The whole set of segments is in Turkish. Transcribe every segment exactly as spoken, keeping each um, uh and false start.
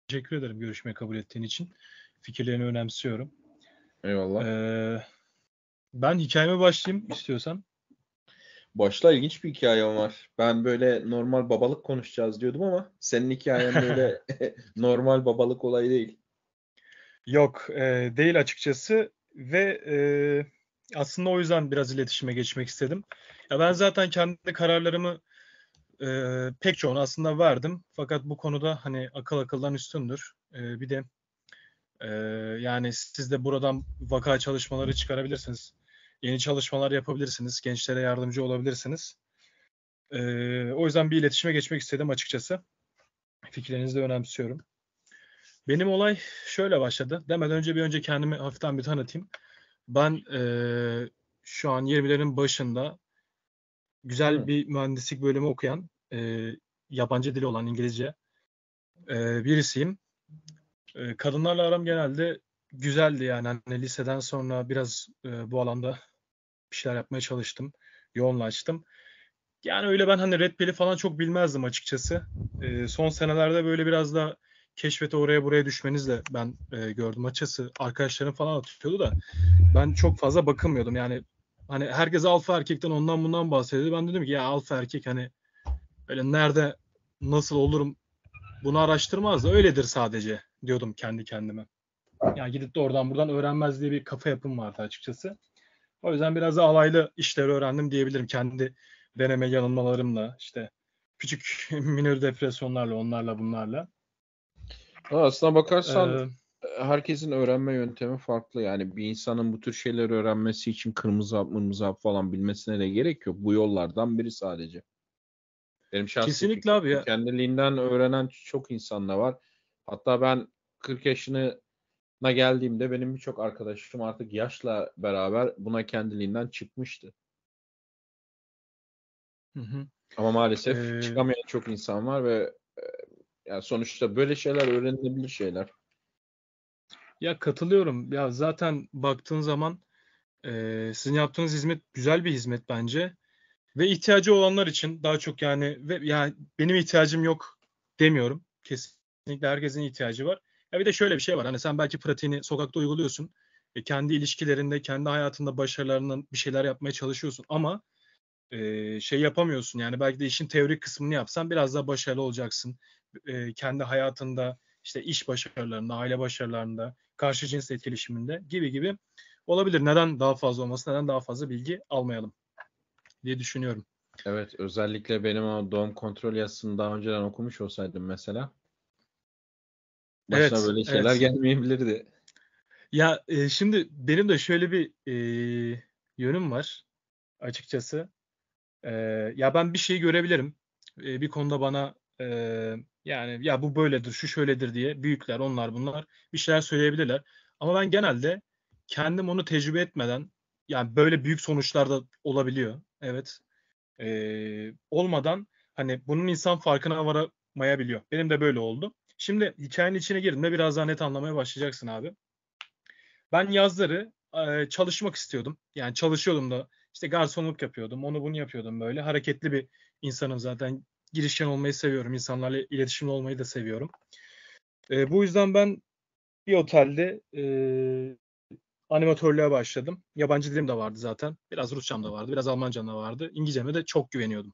Teşekkür ederim görüşmeyi kabul ettiğin için. Fikirlerini önemsiyorum. Eyvallah. Ee, ben hikayeme başlayayım istiyorsan. Başta ilginç bir hikayem var. Ben böyle normal babalık konuşacağız diyordum ama senin hikayen böyle normal babalık olayı değil. Yok, e, değil açıkçası ve e, aslında o yüzden biraz iletişime geçmek istedim. Ya ben zaten kendi kararlarımı e, pek çoğunu aslında verdim. Fakat bu konuda hani akıl akıldan üstündür. E, bir de e, yani siz de buradan vaka çalışmaları çıkarabilirsiniz. Yeni çalışmalar yapabilirsiniz. Gençlere yardımcı olabilirsiniz. E, o yüzden bir iletişime geçmek istedim açıkçası. Fikirlerinizi de önemsiyorum. Benim olay şöyle başladı. Demeden önce bir önce kendimi hafiften bir tanıtayım. Ben eee, şu an yirmilerin başında güzel Hı. bir mühendislik bölümü okuyan, eee, yabancı dili olan İngilizce eee, birisiyim. Eee, kadınlarla aram genelde güzeldi yani. Hani liseden sonra biraz eee, bu alanda bir şeyler yapmaya çalıştım. Yoğunlaştım. Yani öyle ben hani Red Pill'i falan çok bilmezdim açıkçası. Eee, son senelerde böyle biraz da keşfete oraya buraya düşmenizle ben eee, gördüm açıkçası. Arkadaşlarım falan atıyordu da ben çok fazla bakılmıyordum. Yani hani herkes alfa erkekten ondan bundan bahsediyordu. Ben dedim ki ya alfa erkek hani öyle nerede nasıl olurum bunu araştırmaz da öyledir sadece diyordum kendi kendime. Yani gidip de oradan buradan öğrenmez diye bir kafa yapım vardı açıkçası. O yüzden biraz da alaylı işleri öğrendim diyebilirim. Kendi deneme yanılmalarımla işte küçük minor depresyonlarla onlarla bunlarla. Ha, aslına bakarsan Ee, e, herkesin öğrenme yöntemi farklı. Yani bir insanın bu tür şeyleri öğrenmesi için kırmızı hap, mırmızı hap falan bilmesine de gerek yok. Bu yollardan biri sadece. Benim şahsi kesinlikle fikrim. abi ya. Kendiliğinden öğrenen çok insan da var. Hatta ben kırk yaşına geldiğimde benim birçok arkadaşım artık yaşla beraber buna kendiliğinden çıkmıştı. Hı hı. Ama maalesef Ee, çıkamayan çok insan var ve e, yani sonuçta böyle şeyler öğrenilebilir şeyler. ya katılıyorum. Ya zaten baktığın zaman Ee, sizin yaptığınız hizmet güzel bir hizmet bence ve ihtiyacı olanlar için daha çok yani ve yani benim ihtiyacım yok demiyorum. Kesinlikle herkesin ihtiyacı var. Ya bir de şöyle bir şey var. Hani sen belki pratiğini sokakta uyguluyorsun. E, kendi ilişkilerinde, kendi hayatında başarılarından bir şeyler yapmaya çalışıyorsun ama e, şey yapamıyorsun. Yani belki de işin teorik kısmını yapsan biraz daha başarılı olacaksın. E, kendi hayatında işte iş başarılarında, aile başarılarında, karşı cins etkileşiminde gibi gibi olabilir. Neden daha fazla olması, neden daha fazla bilgi almayalım diye düşünüyorum. Evet, özellikle benim o doğum kontrol yazısını daha önceden okumuş olsaydım mesela başına Evet, böyle şeyler evet. gelmeyebilirdi. Ya e, şimdi benim de şöyle bir e, yönüm var açıkçası. E, ya ben bir şeyi görebilirim. E, bir konuda bana e, yani ya bu böyledir, şu şöyledir diye büyükler, onlar bunlar bir şeyler söyleyebilirler. Ama ben genelde kendim onu tecrübe etmeden yani böyle büyük sonuçlar da olabiliyor. Evet. E, olmadan hani bunun insan farkına varamayabiliyor. Benim de böyle oldu. Şimdi hikayenin içine girdiğinde biraz daha net anlamaya başlayacaksın abi. Ben yazları e, çalışmak istiyordum. Yani çalışıyordum da işte garsonluk yapıyordum. Onu bunu yapıyordum böyle. Hareketli bir insanım zaten. Girişken olmayı seviyorum. İnsanlarla iletişimli olmayı da seviyorum. E, bu yüzden ben bir otelde e, animatörlüğe başladım. Yabancı dilim de vardı zaten. Biraz Rusçam da vardı. Biraz Almancam da vardı. İngilizceme de çok güveniyordum.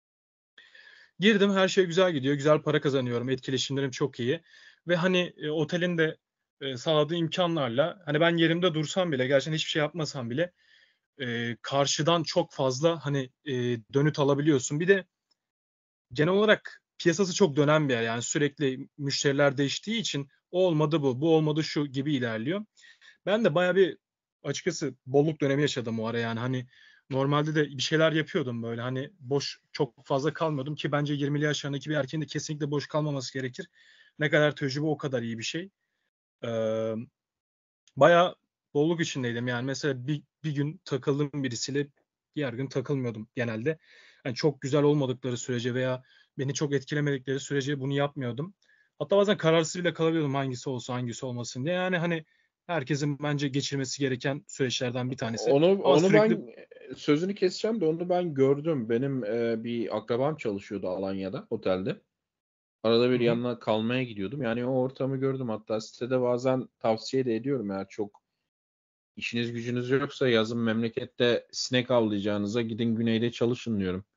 Girdim, her şey güzel gidiyor. Güzel para kazanıyorum. Etkileşimlerim çok iyi. Ve hani e, otelin de e, sağladığı imkanlarla hani ben yerimde dursam bile gerçekten hiçbir şey yapmasam bile e, karşıdan çok fazla hani e, dönüt alabiliyorsun. Bir de genel olarak piyasası çok dönen bir yer. Yani sürekli müşteriler değiştiği için o olmadı bu, bu olmadı şu gibi ilerliyor. Ben de bayağı bir açıkçası bolluk dönemi yaşadım o ara yani hani normalde de bir şeyler yapıyordum böyle hani boş çok fazla kalmıyordum ki bence yirmili yaşlarındaki bir erkeğin de kesinlikle boş kalmaması gerekir. Ne kadar tecrübe o kadar iyi bir şey. Ee, bayağı bolluk içindeydim yani mesela bir, bir gün takıldığım birisiyle diğer gün takılmıyordum genelde. Yani çok güzel olmadıkları sürece veya beni çok etkilemedikleri sürece bunu yapmıyordum. Hatta bazen kararsız bile kalabiliyordum hangisi olsa hangisi olmasın diye. Yani hani herkesin bence geçirmesi gereken süreçlerden bir tanesi. Onu Ama onu sürekli ben sözünü keseceğim de onu ben gördüm. Benim e, bir akrabam çalışıyordu Alanya'da otelde. Arada Hı bir hı. yanına kalmaya gidiyordum. Yani o ortamı gördüm. Hatta sitede bazen tavsiye de ediyorum, eğer çok işiniz gücünüz yoksa yazın memlekette sinek avlayacağınıza gidin güneyde çalışın diyorum.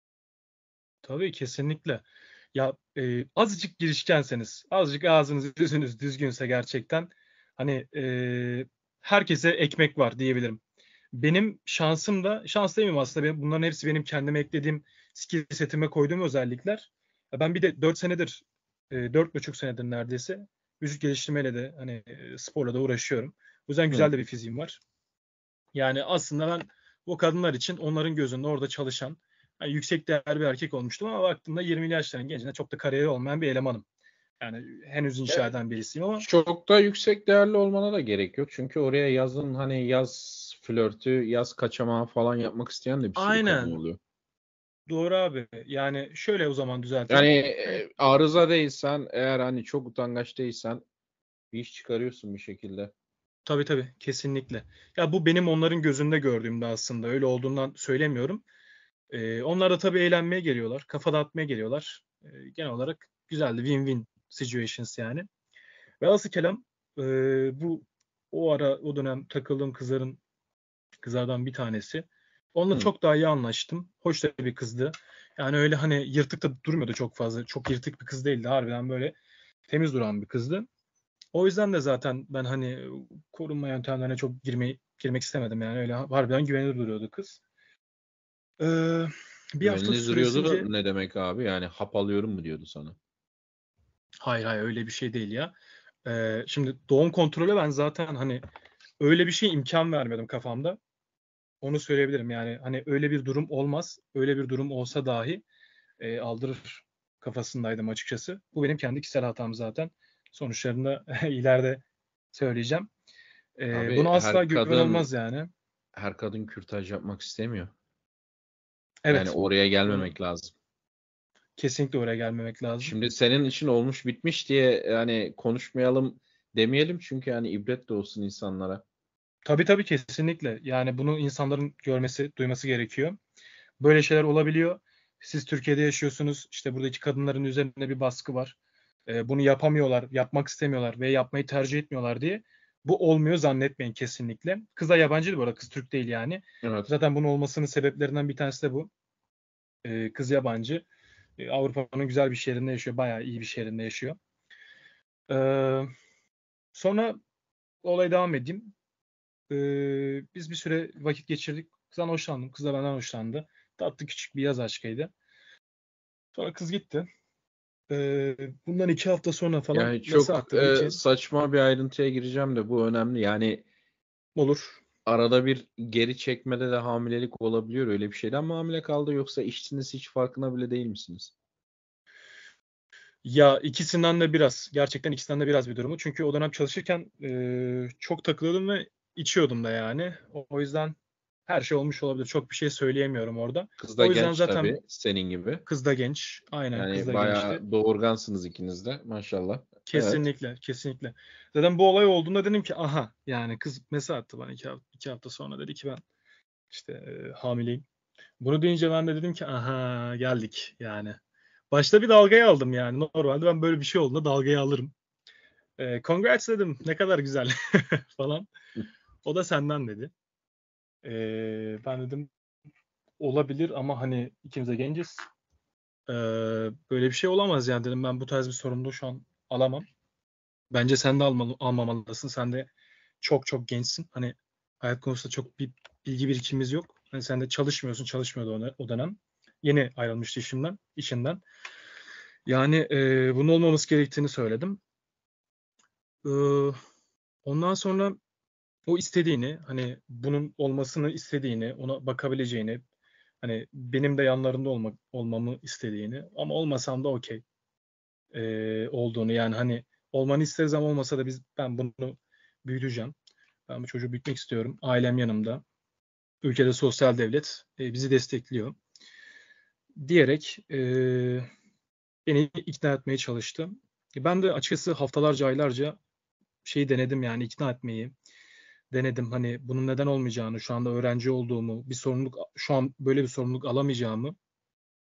Tabii kesinlikle. Ya e, azıcık girişkenseniz, azıcık ağzınız yüzünüz düzgünse gerçekten hani e, herkese ekmek var diyebilirim. Benim şansım da, şans demeyeyim aslında, benim, bunların hepsi benim kendime eklediğim skill setime koyduğum özellikler. Ya ben bir de dört senedir, e, dört buçuk senedir neredeyse vücut geliştirmeyle de hani e, sporla da uğraşıyorum. O yüzden Hı. güzel de bir fiziğim var. Yani aslında ben o kadınlar için onların gözünde orada çalışan hani yüksek değerli bir erkek olmuştum ama baktığımda yirmili yaşların gencinde çok da kariyeri olmayan bir elemanım. Yani henüz inşa Ya, eden birisiyim ama çok da yüksek değerli olmana da gerek yok. Çünkü oraya yazın hani yaz flörtü, yaz kaçamağı falan yapmak isteyen de bir sürü kadın aynen oluyor. doğru abi. Yani şöyle o zaman Yani düzelteyim. Hani e, arıza değilsen, eğer hani çok utangaç değilsen bir iş çıkarıyorsun bir şekilde. tabii tabii kesinlikle. Ya bu benim onların gözünde gördüğümde aslında öyle olduğundan söylemiyorum. Ee, onlar da tabii eğlenmeye geliyorlar. Kafa dağıtmaya geliyorlar. Ee, genel olarak güzeldi. Win-win situations yani. Velhasıl kelam e, bu o ara o dönem takıldığım kızların kızlardan bir tanesi. Onunla Hı. çok daha iyi anlaştım. Hoş da bir kızdı. Yani öyle hani yırtık da durmuyordu çok fazla. Çok yırtık bir kız değildi. Harbiden böyle temiz duran bir kızdı. O yüzden de zaten ben hani korunma yöntemlerine çok girmeyi, girmek istemedim. Yani öyle harbiden güvenilir duruyordu kız. Ee, bir hafta Güvenilir duruyordu süresince ne demek abi? Yani hap alıyorum mu diyordu sana? hayır hayır öyle bir şey değil ya. Ee, şimdi doğum kontrolü ben zaten hani öyle bir şey imkan vermedim kafamda. Onu söyleyebilirim. Yani hani öyle bir durum olmaz. Öyle bir durum olsa dahi e, aldırır kafasındaydım açıkçası. Bu benim kendi kişisel hatam zaten. Sonuçlarını ileride söyleyeceğim. E, Abi buna asla her güven kadın olmaz yani. her kadın kürtaj yapmak istemiyor. Yani Evet. oraya Bunu gelmemek lazım. kesinlikle oraya gelmemek lazım. Şimdi senin için olmuş bitmiş diye yani konuşmayalım demeyelim, çünkü yani ibret de olsun insanlara. Tabii tabii kesinlikle. Yani bunu insanların görmesi, duyması gerekiyor. Böyle şeyler olabiliyor. Siz Türkiye'de yaşıyorsunuz. İşte buradaki kadınların üzerinde bir baskı var. Ee, bunu yapamıyorlar, yapmak istemiyorlar ve yapmayı tercih etmiyorlar diye. Bu olmuyor zannetmeyin kesinlikle. Kız da yabancıydı bu arada. Kız Türk değil yani. Evet. Zaten bunun olmasının sebeplerinden bir tanesi de bu. Ee, kız yabancı. Ee, Avrupa'nın güzel bir şehrinde yaşıyor. Bayağı iyi bir şehrinde yaşıyor. Ee, sonra olaya devam edeyim. Ee, biz bir süre vakit geçirdik. Kızdan hoşlandım. Kız da benden hoşlandı. Tatlı küçük bir yaz aşkıydı. Sonra kız gitti. Ee, bundan iki hafta sonra falan Yani mesaj çok attı. Dedi e, ki saçma bir ayrıntıya gireceğim de bu önemli. Yani olur. arada bir geri çekmede de hamilelik olabiliyor. Öyle bir şeyden mi hamile kaldı, yoksa içtiniz hiç farkına bile değil misiniz? Ya ikisinden de biraz. Gerçekten ikisinden de biraz bir durumu. Çünkü o dönem çalışırken e, çok takılıyordum ve içiyordum da yani. O, o yüzden her şey olmuş olabilir. Çok bir şey söyleyemiyorum orada. Kız da O yüzden genç zaten tabii, senin gibi. kız da genç. Aynen kız Yani da gençti. bayağı doğurgansınız ikiniz de maşallah. Evet. Kesinlikle, kesinlikle. Zaten bu olay olduğunda dedim ki aha yani kız mesaj attı bana iki hafta, iki hafta sonra dedi ki ben işte e, hamileyim. Bunu deyince ben de dedim ki aha geldik yani. Başta bir dalgaya aldım yani. Normalde ben böyle bir şey olduğunda dalgayı alırım. E, congrats dedim. Ne kadar güzel falan. O da senden dedi. E, ben dedim olabilir ama hani ikimiz de genciz. E, böyle bir şey olamaz yani dedim. Ben bu tarz bir sorumluluğu şu an alamam. Bence sen de almalı, almamalısın. Sen de çok çok gençsin. Hani hayat konusunda çok bir bilgi birikimimiz yok. Hani sen de çalışmıyorsun, çalışmıyordu o, o dönem. Yeni ayrılmıştı işinden, işinden. Yani e, bunun olmaması gerektiğini söyledim. E, ondan sonra o istediğini, hani bunun olmasını istediğini, ona bakabileceğini, hani benim de yanlarında olmak olmamı istediğini ama olmasam da okey e, olduğunu yani hani olmanı isteriz ama olmasa da biz ben bunu büyüteceğim. Ben bu çocuğu büyütmek istiyorum. Ailem yanımda. Ülkede sosyal devlet e, bizi destekliyor diyerek e, beni ikna etmeye çalıştı. Ben de açıkçası haftalarca, aylarca şeyi denedim yani ikna etmeyi. Denedim hani bunun neden olmayacağını, şu anda öğrenci olduğumu, bir sorumluluk şu an böyle bir sorumluluk alamayacağımı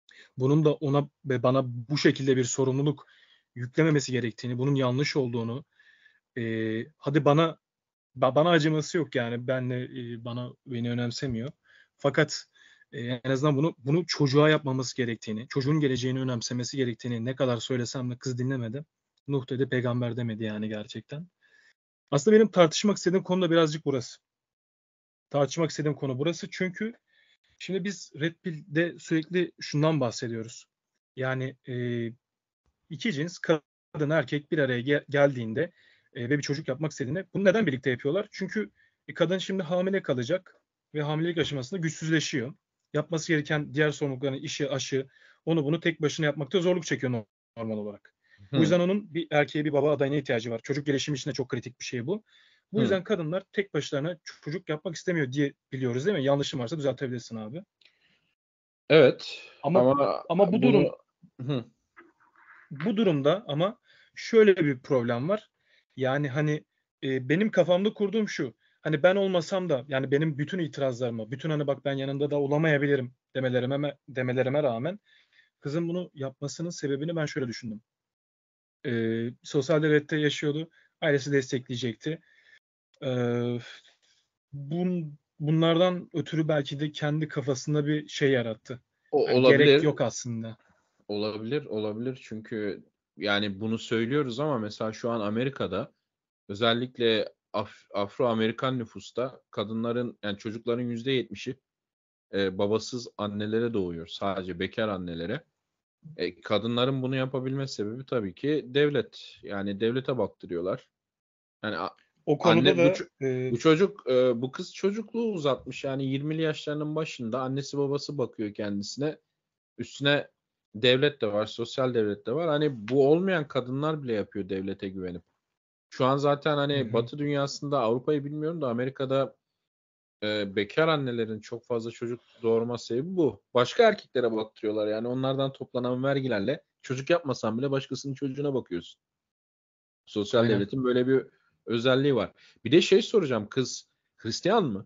Bunun da ona ve bana bu şekilde bir sorumluluk yüklememesi gerektiğini, bunun yanlış olduğunu, e, hadi bana bana acıması yok yani benle e, bana beni önemsemiyor. Fakat e, en azından bunu bunu çocuğa yapmaması gerektiğini, çocuğun geleceğini önemsemesi gerektiğini ne kadar söylesem de kız dinlemedi. Nuh dedi, peygamber demedi yani gerçekten. Aslında benim tartışmak istediğim konu da birazcık burası. Tartışmak istediğim konu burası çünkü şimdi biz Red Pill'de sürekli şundan bahsediyoruz. Yani e, iki cins kadın erkek bir araya gel- geldiğinde e, ve bir çocuk yapmak istediğinde bunu neden birlikte yapıyorlar? Çünkü e, kadın şimdi hamile kalacak ve hamilelik aşamasında güçsüzleşiyor. Yapması gereken diğer sorumluluklarını, işi, aşı, onu bunu tek başına yapmakta zorluk çekiyor normal olarak. Bu Hı, yüzden onun bir erkeğe, bir baba adayına ihtiyacı var. Çocuk gelişimi için de çok kritik bir şey bu. Bu hı. yüzden kadınlar tek başlarına çocuk yapmak istemiyor diye biliyoruz değil mi? Yanlışım varsa düzeltebilirsin abi. Evet Ama ama ama bu durum bunu hı, Bu durumda ama şöyle bir problem var. Yani hani e, benim kafamda kurduğum şu. Hani ben olmasam da yani benim bütün itirazlarıma, bütün hani bak ben yanında da olamayabilirim demelerime demelerime rağmen kızın bunu yapmasının sebebini ben şöyle düşündüm. E, sosyal devlette yaşıyordu. Ailesi destekleyecekti. E, bun, bunlardan ötürü belki de kendi kafasında bir şey yarattı. o Yani gerek olabilir. yok aslında. Olabilir, olabilir çünkü yani bunu söylüyoruz ama mesela şu an Amerika'da özellikle Af- Afro-Amerikan nüfusta kadınların yani çocukların yüzde yetmişi e, babasız annelere doğuyor. Sadece bekar annelere. E, kadınların bunu yapabilme sebebi tabii ki devlet. Yani devlete baktırıyorlar. Yani a- O konuda anne bu da ço- e, bu çocuk e, bu kız çocukluğu uzatmış. Yani yirmili yaşlarının başında annesi babası bakıyor kendisine. Üstüne devlet de var, sosyal devlet de var. Hani bu olmayan kadınlar bile yapıyor devlete güvenip. Şu an zaten hı hani hı. Batı dünyasında Avrupa'yı bilmiyorum da Amerika'da e, bekar annelerin çok fazla çocuk doğurma sebebi bu. Başka erkeklere baktırıyorlar. Yani onlardan toplanan vergilerle çocuk yapmasan bile başkasının çocuğuna bakıyorsun. Sosyal Aynen. devletin böyle bir özelliği var. Bir de şey soracağım. Kız Hristiyan mı?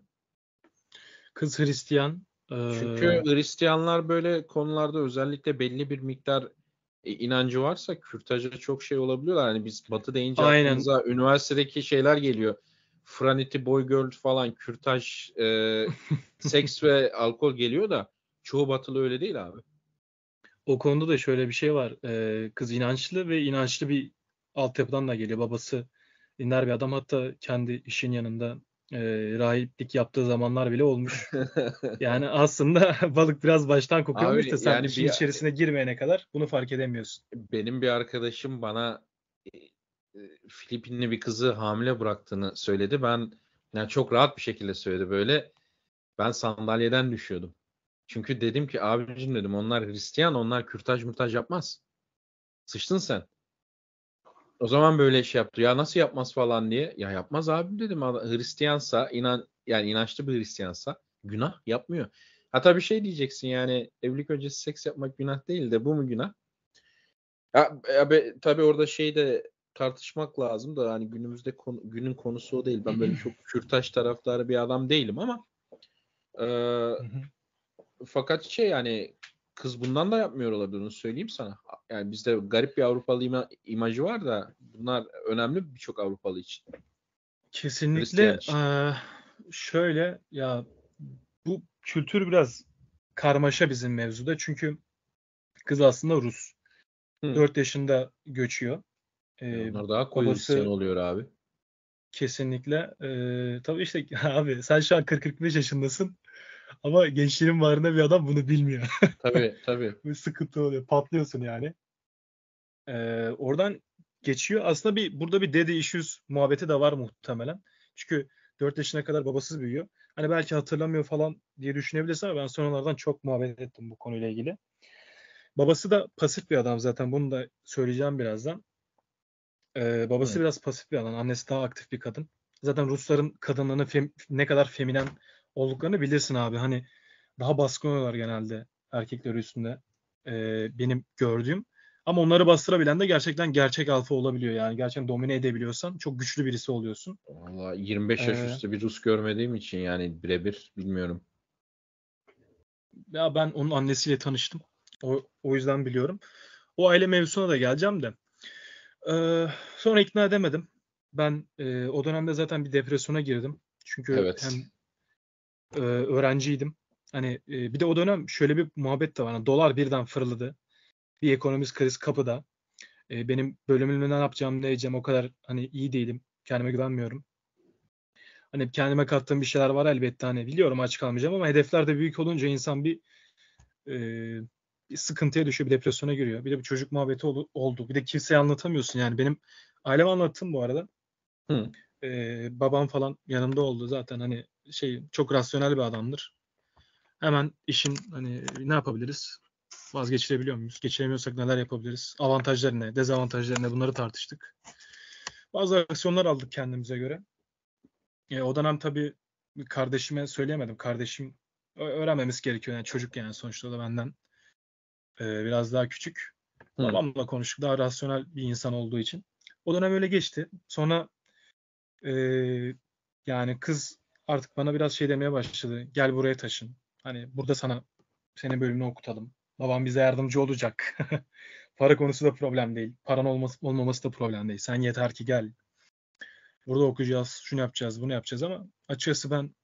Kız Hristiyan. Ee, Çünkü Hristiyanlar böyle konularda özellikle belli bir miktar e, inancı varsa kürtaja çok şey olabiliyorlar. Hani biz Batı deyince aynen. aklımıza üniversitedeki şeyler geliyor. Fraternity, boy girl falan, kürtaj, e, seks ve alkol geliyor da çoğu Batılı öyle değil abi. O konuda da şöyle bir şey var. Ee, kız inançlı ve inançlı bir altyapıdan da geliyor. Babası dindar bir adam. Hatta kendi işin yanında e, rahiplik yaptığı zamanlar bile olmuş. Yani aslında balık biraz baştan kokuyormuş Abi da sen yani işin bir içerisine girmeyene kadar bunu fark edemiyorsun. benim bir arkadaşım bana e, e, Filipinli bir kızı hamile bıraktığını söyledi. Ben yani çok rahat bir şekilde söyledi böyle. Ben sandalyeden düşüyordum. Çünkü dedim ki abicim dedim onlar Hristiyan, onlar kürtaj mürtaj yapmaz. Sıçtın sen. O zaman böyle şey yaptı. Ya nasıl yapmaz falan diye. Ya yapmaz abim dedim. Adam Hristiyansa inan yani inançlı bir Hristiyansa günah yapmıyor. Hatta bir şey diyeceksin yani evlilik öncesi seks yapmak günah değil de bu mu günah? Ya, ya be, tabii orada şey de tartışmak lazım da hani günümüzde konu- günün konusu o değil. Ben böyle çok kürtaj taraftarı bir adam değilim ama e, Hı hı. fakat şey yani kız bundan da yapmıyor olabilir onu söyleyeyim sana. Yani bizde garip bir Avrupalı ima- imajı var da bunlar önemli birçok Avrupalı için. Hristiyan Kesinlikle. için. Eee, şöyle ya bu kültür biraz karmaşa bizim mevzuda. Çünkü kız aslında Rus. Hı. dört yaşında göçüyor. Ya Ee, onlar daha koyu Hristiyan babası oluyor abi. kesinlikle ee, tabii işte abi sen şu an kırk kırk beş yaşındasın ama gençliğin varında bir adam bunu bilmiyor. Tabii tabii. Bu sıkıntı oluyor. Patlıyorsun yani. Ee, oradan geçiyor. Aslında bir burada bir daddy issues muhabbeti de var muhtemelen. Çünkü dört yaşına kadar babasız büyüyor. Hani belki hatırlamıyor falan diye düşünebilirsin ama ben sonralardan çok muhabbet ettim bu konuyla ilgili. Babası da pasif bir adam zaten. Bunu da söyleyeceğim birazdan. Ee, babası Hı. biraz pasif bir adam. Annesi daha aktif bir kadın. Zaten Rusların kadınlarının fem- ne kadar feminen olduklarını bilirsin abi. Hani daha baskın oluyorlar genelde erkekler üstünde. Ee, benim gördüğüm. Ama onları bastırabilen de gerçekten gerçek alfa olabiliyor. Yani gerçekten domine edebiliyorsan çok güçlü birisi oluyorsun. Vallahi yirmi beş yaş Ee, üstü bir Rus görmediğim için yani birebir bilmiyorum. ya ben onun annesiyle tanıştım. O, o yüzden biliyorum. O aile mevzusuna da geleceğim de. Ee, sonra ikna edemedim. Ben e, o dönemde zaten bir depresyona girdim. Çünkü Evet. hem e, öğrenciydim. Hani e, bir de o dönem şöyle bir muhabbet de var. Hani dolar birden fırladı. Bir ekonomik kriz kapıda. E, benim bölümümle ne yapacağım, ne edeceğim o kadar hani iyi değilim. Kendime güvenmiyorum. Hani kendime kattığım bir şeyler var elbette, hani biliyorum aç kalmayacağım ama hedefler de büyük olunca insan bir, e, bir sıkıntıya düşüyor, bir depresyona giriyor. Bir de bir çocuk muhabbeti ol- oldu. Bir de kimseye anlatamıyorsun yani. Benim aileme anlattım bu arada. Hı. E, babam falan yanımda oldu zaten, hani şey çok rasyonel bir adamdır. Hemen işin hani ne yapabiliriz? Vazgeçirebiliyor muyuz? Geçiremiyorsak neler yapabiliriz? Avantajları ne? Dezavantajları ne? Bunları tartıştık. Bazı aksiyonlar aldık kendimize göre. E, o dönem tabii kardeşime söyleyemedim. Kardeşim öğrenmemiz gerekiyor. Yani çocuk, yani sonuçta o da benden e, biraz daha küçük. Hı. Babamla konuştuk. Daha rasyonel bir insan olduğu için. O dönem öyle geçti. Sonra e, yani kız artık bana biraz şey demeye başladı. Gel buraya taşın. Hani burada sana senin bölümünü okutalım. Babam bize yardımcı olacak. Para konusu da problem değil. Paran olması, olmaması da problem değil. Sen yeter ki gel. Burada okuyacağız, şunu yapacağız, bunu yapacağız ama açıkçası ben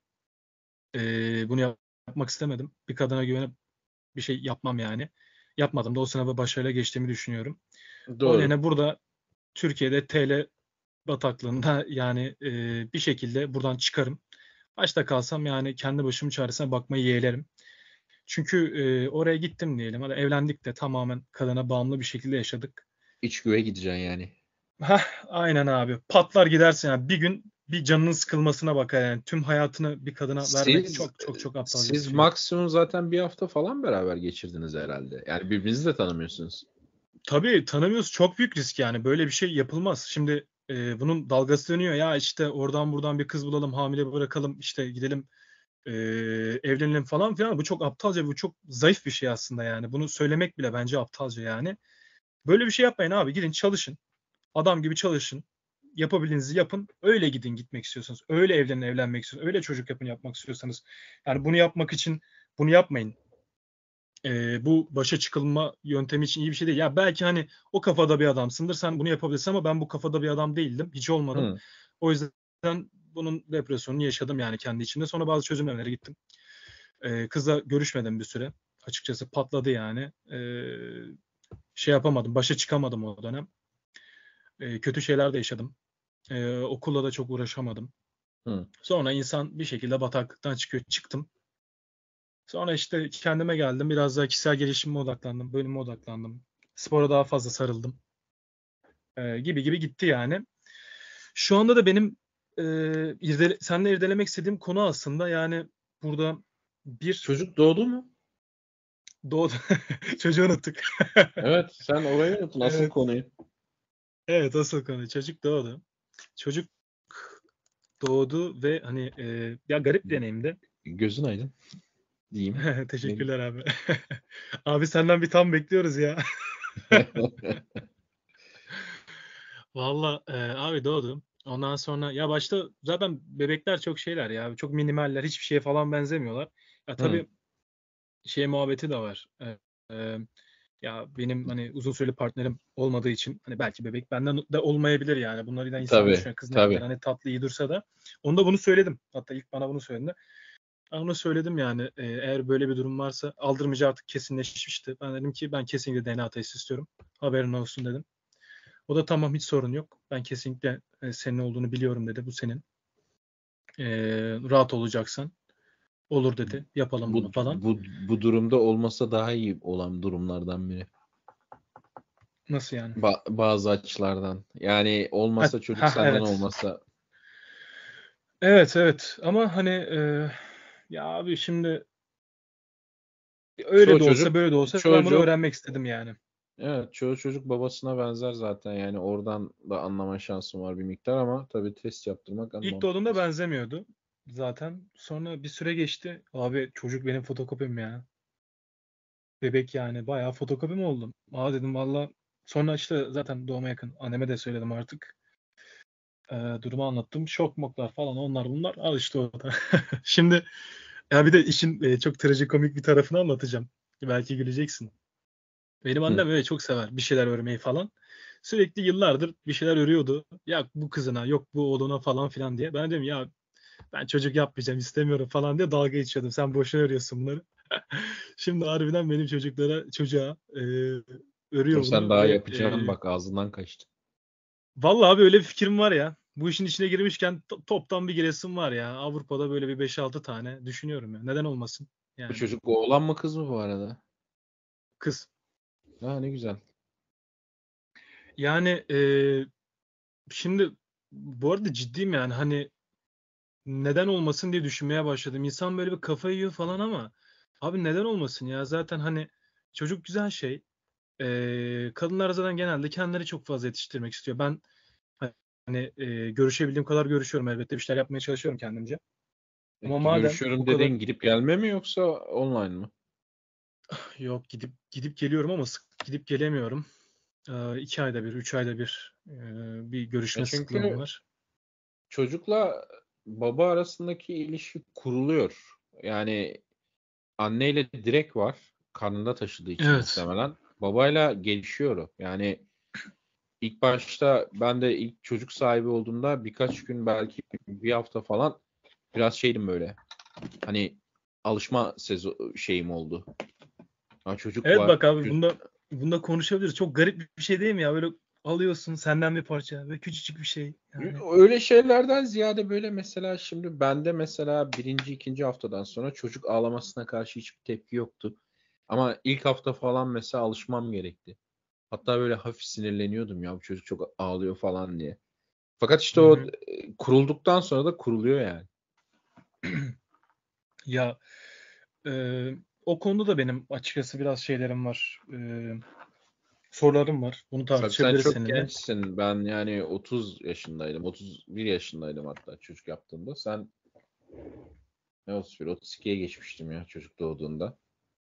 e, bunu yap- yapmak istemedim. Bir kadına güvenip bir şey yapmam yani. Yapmadım da o sınavı başarıyla geçtiğimi düşünüyorum. O Doğru. nedenle burada Türkiye'de T L bataklığında yani e, bir şekilde buradan çıkarım. Başta kalsam yani kendi başımın çaresine bakmayı yeğlerim. Çünkü e, oraya gittim diyelim. Hadi evlendik de tamamen kadına bağımlı bir şekilde yaşadık. İç güve gideceksin yani. Hah, aynen abi. Patlar gidersin yani. Bir gün bir canının sıkılmasına bakar yani. Tüm hayatını bir kadına vermek Siz çok çok çok aptalca bir siz şey. maksimum zaten bir hafta falan beraber geçirdiniz herhalde. Yani birbirinizi de tanımıyorsunuz. Tabii tanımıyoruz. Çok büyük risk yani. Böyle bir şey yapılmaz. Şimdi e, bunun dalgası dönüyor. Ya işte oradan buradan bir kız bulalım, hamile bırakalım, işte gidelim e, evlenelim falan filan. Bu çok aptalca, bu çok zayıf bir şey aslında yani. Bunu söylemek bile bence aptalca yani. Böyle bir şey yapmayın abi. Gidin çalışın. Adam gibi çalışın. Yapabildiğinizi yapın. Öyle gidin gitmek istiyorsanız. Öyle evlenin evlenmek istiyorsanız. Öyle çocuk yapın yapmak istiyorsanız. Yani bunu yapmak için bunu yapmayın. Ee, bu başa çıkılma yöntemi için iyi bir şey değil. Ya belki hani o kafada bir adamsındır. Sen bunu yapabilirsin ama ben bu kafada bir adam değildim. Hiç olmadım. Hı. O yüzden bunun depresyonunu yaşadım yani kendi içimde. Sonra bazı çözüm önerileri gittim. Ee, kızla görüşmedim bir süre. Açıkçası patladı yani. Ee, şey yapamadım. Başa çıkamadım o dönem. Ee, kötü şeyler de yaşadım. Ee, okulla da çok uğraşamadım. Hı. Sonra insan bir şekilde bataklıktan çıkıyor. Çıktım. Sonra işte kendime geldim. Biraz daha kişisel gelişime odaklandım. Bölüme odaklandım. Spora daha fazla sarıldım. Ee, gibi gibi gitti yani. Şu anda da benim e, irdele, seninle irdelemek istediğim konu aslında yani burada bir Çocuk doğdu mu? doğdu. Çocuğu unuttuk. Evet, sen orayı unuttun asıl Evet. konuyu. Evet, asıl konu. Çocuk doğdu. Çocuk doğdu ve hani e, ya garip bir deneyimdi. Gözün aydın diyeyim. Ne diyeyim? Teşekkürler abi. Abi senden bir tam bekliyoruz ya. Valla e, abi doğdu. Ondan sonra ya başta zaten bebekler çok şeyler ya. Çok minimaller. Hiçbir şeye falan benzemiyorlar. Ya Hı. tabii şey muhabbeti de var. E, e, ya benim hani uzun süreli partnerim olmadığı için hani belki bebek benden de olmayabilir yani. Bunları da insan Tabii, düşünüyor. Kız ne kadar tabii. hani tatlı iyi dursa da. Onu da bunu söyledim. Hatta ilk bana bunu söyledi. Ben onu söyledim yani. E, eğer böyle bir durum varsa aldırmayacağı artık kesinleşmişti. Ben dedim ki ben kesinlikle D N A testi istiyorum. Haberin olsun dedim. O da tamam, hiç sorun yok. Ben kesinlikle e, senin olduğunu biliyorum dedi. Bu senin. E, rahat olacaksan olur dedi. Yapalım bunu Bu, falan. bu, bu durumda olmasa daha iyi olan durumlardan biri. Nasıl yani? Ba- bazı açılardan. Yani Ha, olmasa çocuk ha, senden evet. olmasa. Evet, evet. Ama hani e, ya abi şimdi Çoğu öyle de olsa çocuk böyle de olsa ben bunu çocuk öğrenmek istedim yani. evet çoğu çocuk babasına benzer zaten yani oradan da anlama şansım var bir miktar ama tabii test yaptırmak en İlk doğduğunda mantıklısı. benzemiyordu zaten. Sonra bir süre geçti. Abi çocuk benim fotokopim ya. Bebek yani bayağı fotokopim oldum. Aa dedim valla. Sonra işte zaten doğuma yakın anneme de söyledim artık. Ee, durumu anlattım. Şok moklar falan, onlar bunlar. Al işte orada. Şimdi ya bir de işin e, çok trajikomik bir tarafını anlatacağım. Belki güleceksin. Benim Hı. annem öyle çok sever bir şeyler örmeyi falan. Sürekli yıllardır bir şeyler örüyordu. Ya bu kızına, yok bu oğluna falan filan diye. Ben dedim ya ben çocuk yapmayacağım, istemiyorum falan diye dalga geçiyordum. Sen boşuna örüyorsun bunları. Şimdi harbiden benim çocuklara, çocuğa e, örüyor Sen bunu daha ve e, yapacağın bak ağzından kaçtı. vallahi abi öyle bir fikrim var ya. Bu işin içine girmişken to- toptan bir giresim var ya. Avrupa'da böyle bir beş altı tane düşünüyorum ya. Neden olmasın? Bu Yani çocuk oğlan mı kız mı bu arada? kız. Ha, ne güzel. Yani e, şimdi bu arada ciddiyim yani hani neden olmasın diye düşünmeye başladım. İnsan böyle bir kafa yiyor falan ama abi neden olmasın ya? Zaten hani çocuk güzel şey. E, kadınlar zaten genelde kendileri çok fazla yetiştirmek istiyor. Ben hani e, görüşebildiğim kadar görüşüyorum. Elbette bir şeyler yapmaya çalışıyorum kendimce. E, Ama madem bu görüşüyorum kadar dediğin gidip gelme mi yoksa online mı? yok gidip gidip geliyorum ama sık gidip gelemiyorum. Ee, iki ayda bir, üç ayda bir e, bir E görüşme sıklığım çünkü var. çocukla baba arasındaki ilişki kuruluyor. Yani anneyle direkt var. Karnında taşıdığı için Evet. muhtemelen. Babayla gelişiyor o. Yani ilk başta ben de ilk çocuk sahibi olduğumda birkaç gün belki bir hafta falan biraz şeydim böyle. Hani alışma sezo şeyim oldu. Ha, çocuk Evet var. bak abi Çocuk... bunda bunda konuşabiliriz. Çok garip bir şey değil mi ya? Böyle alıyorsun senden bir parça ve küçücük bir şey. Yani Öyle şeylerden ziyade böyle mesela şimdi bende mesela birinci, ikinci haftadan sonra çocuk ağlamasına karşı hiçbir tepki yoktu. Ama ilk hafta falan mesela alışmam gerekti. Hatta böyle hafif sinirleniyordum ya bu çocuk çok ağlıyor falan diye. Fakat hı işte o hı. e, kurulduktan sonra da kuruluyor yani. Ya e, o konuda da benim açıkçası biraz şeylerim var. E, sorularım var. Bunu Tabii sen tartışabiliriz çok seninle. gençsin. Ben yani otuz yaşındaydım. otuz bir yaşındaydım hatta çocuk yaptığımda. Sen ne otuz bir, otuz ikiye geçmiştim ya çocuk doğduğunda.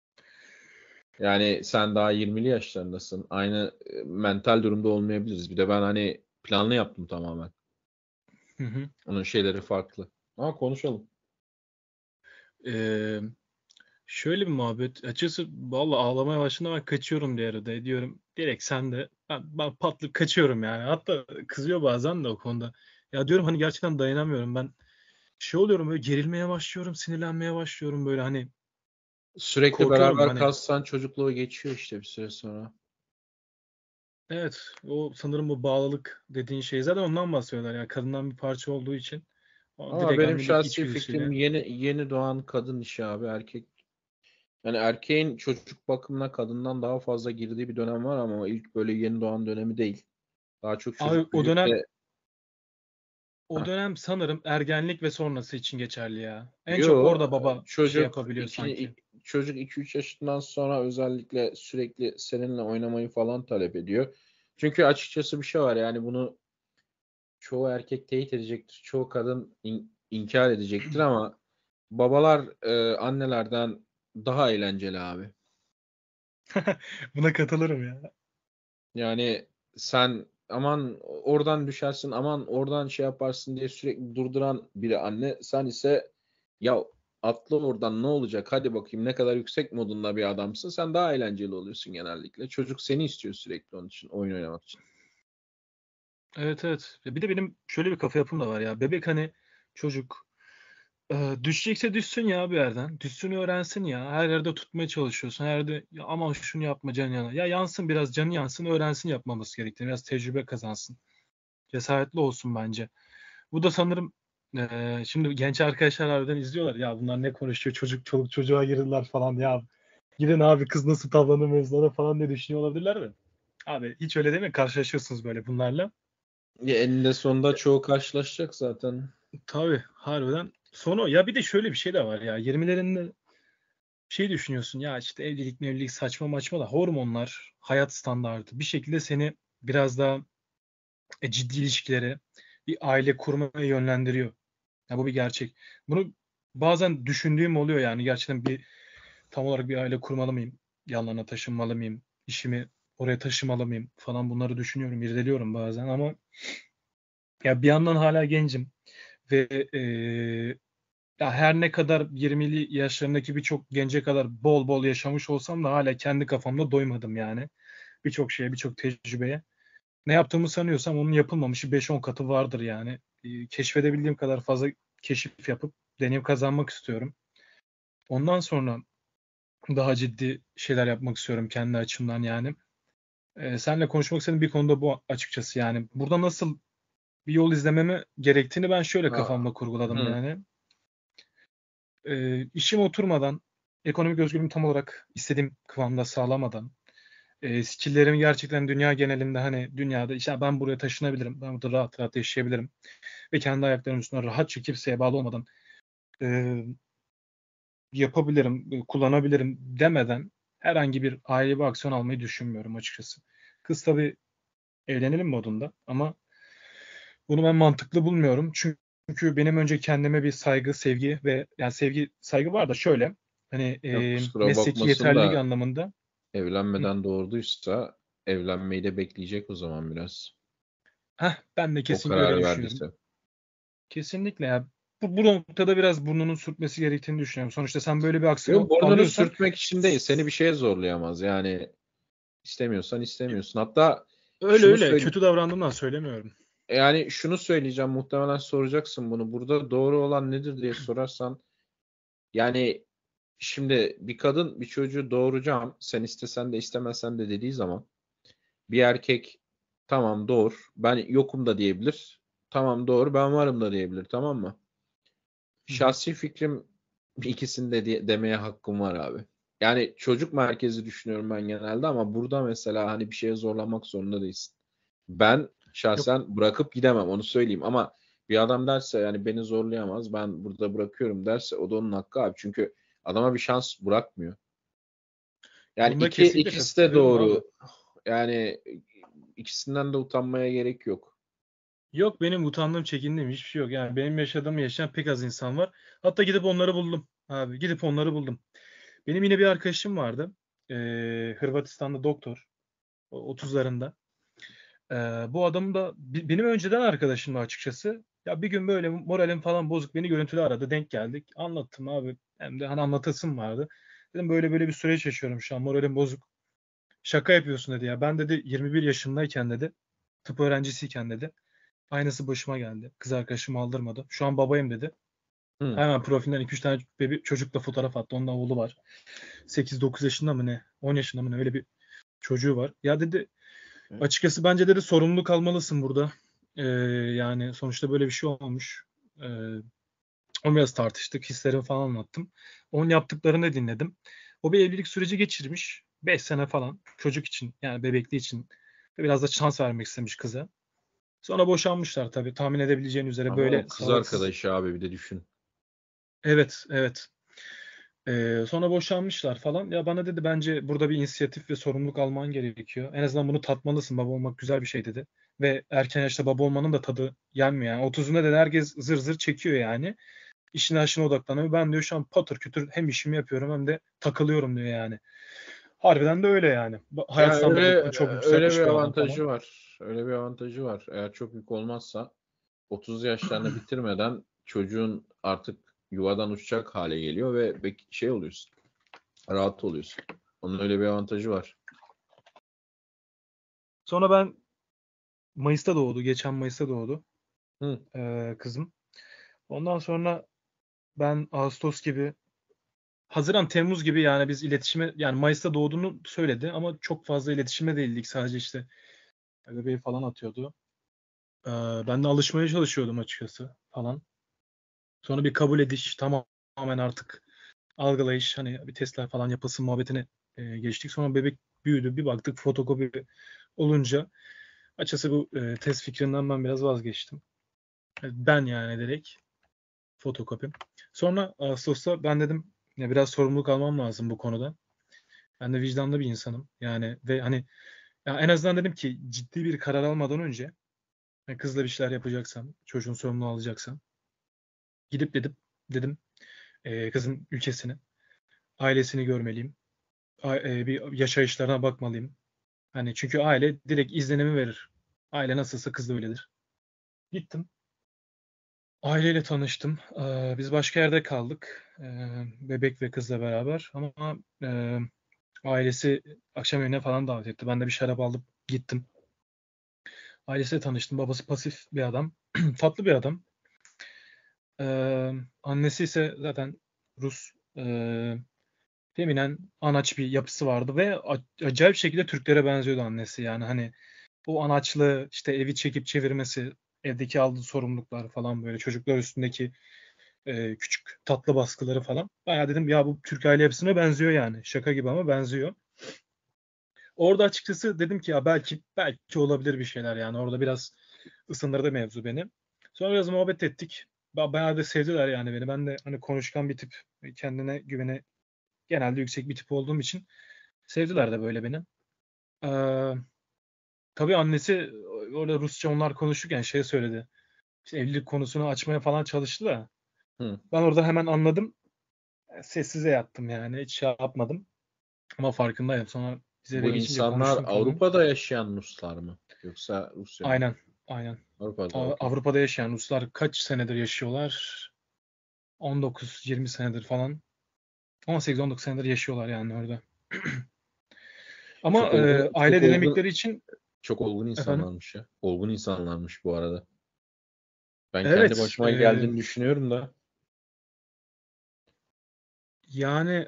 Yani sen daha yirmili yaşlarındasın. Aynı e, mental durumda olmayabiliriz. Bir de ben hani planlı yaptım tamamen. Hı hı. Onun şeyleri farklı. Ama konuşalım. E, Şöyle bir muhabbet. Açıkçası valla ağlamaya başladığında ben kaçıyorum diğer arada. Ediyorum. Direkt sen de. Ben, ben patlık kaçıyorum yani. Hatta kızıyor bazen de o konuda. Ya diyorum hani gerçekten dayanamıyorum. Ben şey oluyorum böyle gerilmeye başlıyorum. Sinirlenmeye başlıyorum böyle hani Sürekli korkuyorum beraber hani. kalsan çocukluğu geçiyor işte bir süre sonra. Evet o sanırım bu bağlılık dediğin şey zaten ondan bahsediyorlar. Yani kadından bir parça olduğu için. O Ama direkt benim annelik şahsi içgüdüsüyle. fikrim yeni yeni doğan kadın işi abi. Erkek yani erkeğin çocuk bakımına kadından daha fazla girdiği bir dönem var ama o ilk böyle yeni doğan dönemi değil. Daha çok Abi çocuk o büyüyüp dönem de o Heh. dönem sanırım ergenlik ve sonrası için geçerli ya. En çok Yo, orada baba şey çocuk yapabiliyor iki sanki. çocuk iki üç yaşından sonra özellikle sürekli seninle oynamayı falan talep ediyor. Çünkü açıkçası bir şey var yani bunu çoğu erkek teyit edecektir. Çoğu kadın in- inkar edecektir ama babalar e, annelerden daha eğlenceli abi. Buna katılırım ya. Yani sen aman oradan düşersin, aman oradan şey yaparsın diye sürekli durduran biri anne. Sen ise ya atla oradan ne olacak hadi bakayım ne kadar yüksek modunda bir adamsın. Sen daha eğlenceli oluyorsun genellikle. Çocuk seni istiyor sürekli onun için oyun oynamak için. Evet evet. Ya bir de benim şöyle bir kafa yapım da var ya. Bebek hani çocuk e, düşecekse düşsün ya bir yerden. Düşsün öğrensin ya. Her yerde tutmaya çalışıyorsun. Her yerde ya aman şunu yapma canı yana. Ya yansın biraz canı yansın öğrensin yapmaması gerektiğini. Biraz tecrübe kazansın. Cesaretli olsun bence. Bu da sanırım e, şimdi genç arkadaşlar harbiden izliyorlar. Ya bunlar ne konuşuyor? Çocuk çoluk çocuğa girdiler falan ya. Gidin abi kız nasıl tavlanır mevzulara falan ne düşünüyor olabilirler mi? Abi hiç öyle değil mi? Karşılaşıyorsunuz böyle bunlarla. Ya eninde sonunda çoğu karşılaşacak zaten. Tabii harbiden. Sonu ya bir de şöyle bir şey de var ya. yirmilerinde şey düşünüyorsun ya işte evlilik mevlilik saçma maçma da hormonlar, hayat standardı bir şekilde seni biraz daha e, ciddi ilişkilere, bir aile kurmaya yönlendiriyor. Ya bu bir gerçek. Bunu bazen düşündüğüm oluyor yani gerçekten bir tam olarak bir aile kurmalı mıyım? Yanlarına taşınmalı mıyım? İşimi oraya taşımalı mıyım falan bunları düşünüyorum, irdeliyorum bazen ama ya bir yandan hala gencim ve e, ya her ne kadar yirmili yaşlarındaki birçok gence kadar bol bol yaşamış olsam da hala kendi kafamda doymadım yani. Birçok şeye, birçok tecrübeye. Ne yaptığımı sanıyorsam onun yapılmamışı beş on katı vardır yani. Ee, keşfedebildiğim kadar fazla keşif yapıp deneyim kazanmak istiyorum. Ondan sonra daha ciddi şeyler yapmak istiyorum kendi açımdan yani. Ee, seninle konuşmak istediğim bir konuda bu açıkçası yani. Burada nasıl bir yol izlememi gerektiğini ben şöyle Ha, kafamda kurguladım hı. yani. Ee, işim oturmadan, ekonomik özgürlüğümü tam olarak istediğim kıvamda sağlamadan, e, skill'lerimi gerçekten dünya genelinde hani dünyada işte ben buraya taşınabilirim, ben burada rahat rahat yaşayabilirim ve kendi ayaklarımın üstüne rahatça kimseye bağlı olmadan e, yapabilirim, e, kullanabilirim demeden herhangi bir ailevi aksiyon almayı düşünmüyorum açıkçası. Kız tabii evlenelim modunda ama bunu ben mantıklı bulmuyorum. Çünkü benim önce kendime bir saygı, sevgi ve yani sevgi, saygı var da şöyle hani Yok, e, kusura mesleki bakmasın yeterlilik da anlamında. Hı, evlenmeden doğurduysa evlenmeyi de bekleyecek o zaman biraz. heh, ben de O kesinlikle öyle karar düşünüyorum. verdiyse. Kesinlikle ya. Bu, bu noktada biraz burnunun sürtmesi gerektiğini düşünüyorum. Sonuçta sen böyle bir aksiyon Yok, al- burnunu alıyorsan sürtmek için değil. Seni bir şeye zorlayamaz. Yani istemiyorsan istemiyorsun. Hatta öyle şunu öyle söyle kötü davrandığımdan söylemiyorum. yani şunu söyleyeceğim, muhtemelen soracaksın bunu. Burada doğru olan nedir diye sorarsan, yani şimdi bir kadın bir çocuğu doğuracağım, sen istesen de istemesen de dediği zaman, bir erkek tamam doğur, ben yokum da diyebilir. Tamam doğur, ben varım da diyebilir, tamam mı? Hı hı. Şahsi fikrim, ikisini de diye- demeye hakkım var abi. Yani çocuk merkezi düşünüyorum ben genelde, ama burada mesela hani bir şeye zorlamak zorunda değilsin. Ben Yok, şahsen bırakıp gidemem, onu söyleyeyim, ama bir adam derse yani beni zorlayamaz, ben burada bırakıyorum derse, o da onun hakkı abi. Çünkü adama bir şans bırakmıyor. Yani bunda iki kesinlikle ikisi de katılıyorum abi. doğru. Yani ikisinden de utanmaya gerek yok. Yok benim utandığım, çekindiğim hiçbir şey yok. Yani benim yaşadığımı yaşayan pek az insan var. Hatta gidip onları buldum abi. Gidip onları buldum. Benim yine bir arkadaşım vardı. Ee, Hırvatistan'da doktor. o- otuzlarında. Ee, bu adam da bi- benim önceden arkadaşımdı açıkçası. Ya bir gün böyle moralim falan bozuk, beni görüntülü aradı, denk geldik. Anlattım abi. Hem de hani anlatasım vardı. Dedim böyle böyle bir süreç yaşıyorum şu an, moralim bozuk. Şaka yapıyorsun dedi ya. Ben dedi yirmi bir yaşındayken dedi, tıp öğrencisiyken dedi. Aynısı başıma geldi. Kız arkadaşım aldırmadı. Şu an babayım dedi. Hı. Hemen profilden iki üç tane bebi, çocukla fotoğraf attı. Onun da oğlu var. sekiz dokuz yaşında mı ne? on yaşında mı ne? Öyle bir çocuğu var. Ya dedi, açıkçası bence dedi sorumluluk almalısın burada. Ee, yani sonuçta böyle bir şey olmuş. Ee, onu biraz tartıştık. Hislerimi falan anlattım. Onun yaptıklarını dinledim. O bir evlilik süreci geçirmiş. beş sene falan. Çocuk için yani bebekliği için. Biraz da şans vermek istemiş kıza. Sonra boşanmışlar tabii. Tahmin edebileceğin üzere Ama böyle o kız sağlıksız. arkadaşı abi, bir de düşün. Evet, evet. Ee, sonra boşanmışlar falan. Ya bana dedi bence burada bir inisiyatif ve sorumluluk alman gerekiyor. En azından bunu tatmalısın. Baba olmak güzel bir şey dedi. Ve erken yaşta baba olmanın da tadı yenmiyor. Yani otuzunda dedi herkes zır zır çekiyor yani. İşine aşına odaklanıyor. Ben diyor şu an patır kütür hem işimi yapıyorum hem de takılıyorum diyor yani. Harbiden de öyle yani. Ba- Hayat Yani öyle standartları çok öyle bir yükselmiş bir adam falan. avantajı var. Öyle bir avantajı var. Eğer çok yük olmazsa otuz yaşlarını bitirmeden çocuğun artık yuvadan uçacak hale geliyor ve bek- şey oluyorsun. Rahat oluyorsun. Onun öyle bir avantajı var. Sonra ben Mayıs'ta doğdu. Geçen Mayıs'ta doğdu Hı. ee, kızım. Ondan sonra ben Ağustos gibi, Haziran Temmuz gibi yani biz iletişime, yani Mayıs'ta doğduğunu söyledi ama çok fazla iletişime değildik, sadece işte bebeği falan atıyordu. Ee, ben de alışmaya çalışıyordum açıkçası falan. Sonra bir kabul ediş, tamamen artık algılayış, hani bir testler falan yapılsın muhabbetine e, geçtik. Sonra bebek büyüdü, bir baktık fotokopi olunca açıkçası bu e, test fikrinden ben biraz vazgeçtim. Ben yani direkt fotokopim. Sonra Ağustos'ta ben dedim ya biraz sorumluluk almam lazım bu konuda. Ben de vicdanlı bir insanım. Yani ve hani ya en azından dedim ki ciddi bir karar almadan önce, yani kızla bir şeyler yapacaksam, çocuğun sorumluluğu alacaksam gidip dedim dedim e, kızın ülkesini, ailesini görmeliyim. A- e, bir yaşayışlarına bakmalıyım. Hani çünkü aile direkt izlenimi verir. Aile nasılsa kız da öyledir. Gittim. Aileyle tanıştım. Ee, biz başka yerde kaldık. Ee, bebek ve kızla beraber. Ama e, ailesi akşam yemeğine falan davet etti. Ben de bir şarap alıp gittim. Ailesiyle tanıştım. Babası pasif bir adam. Tatlı bir adam. Ee, annesi ise zaten Rus. Ee, feminen, anaç bir yapısı vardı ve a- acayip şekilde Türklere benziyordu annesi. Yani hani o anaçlığı, işte evi çekip çevirmesi, evdeki aldığı sorumluluklar falan, böyle çocuklar üstündeki e, küçük tatlı baskıları falan. Bayağı dedim ya, bu Türk aile yapısına benziyor yani. Şaka gibi ama benziyor. Orada açıkçası dedim ki ya, belki belki olabilir bir şeyler yani. Orada biraz ısındırdı mevzu beni. Sonra biraz muhabbet ettik. Ba- Bayağı da sevdiler yani beni. Ben de hani konuşkan bir tip, kendine güveni genelde yüksek bir tip olduğum için sevdiler de böyle beni. Ee, tabii annesi orada Rusça onlar konuşurken şey söyledi. İşte evlilik konusunu açmaya falan çalıştı da Hı. ben orada hemen anladım. Sessize yattım yani. Hiç şey yapmadım. Ama farkındayım. Sonra bize de Bu geçince insanlar konuştum kadın. Avrupa'da yaşayan Ruslar mı? Yoksa Rusya mı? Aynen. Aynen. Avrupa'da, A- okey. Avrupa'da yaşayan Ruslar kaç senedir yaşıyorlar? on dokuz yirmi senedir falan. on sekiz on dokuz senedir yaşıyorlar yani orada. Ama Çok olgun, e, çok aile olgun, dinamikleri için çok olgun efendim. insanlarmış ya. Olgun insanlarmış bu arada. Ben kendi Evet. başıma E, geldiğini düşünüyorum da. yani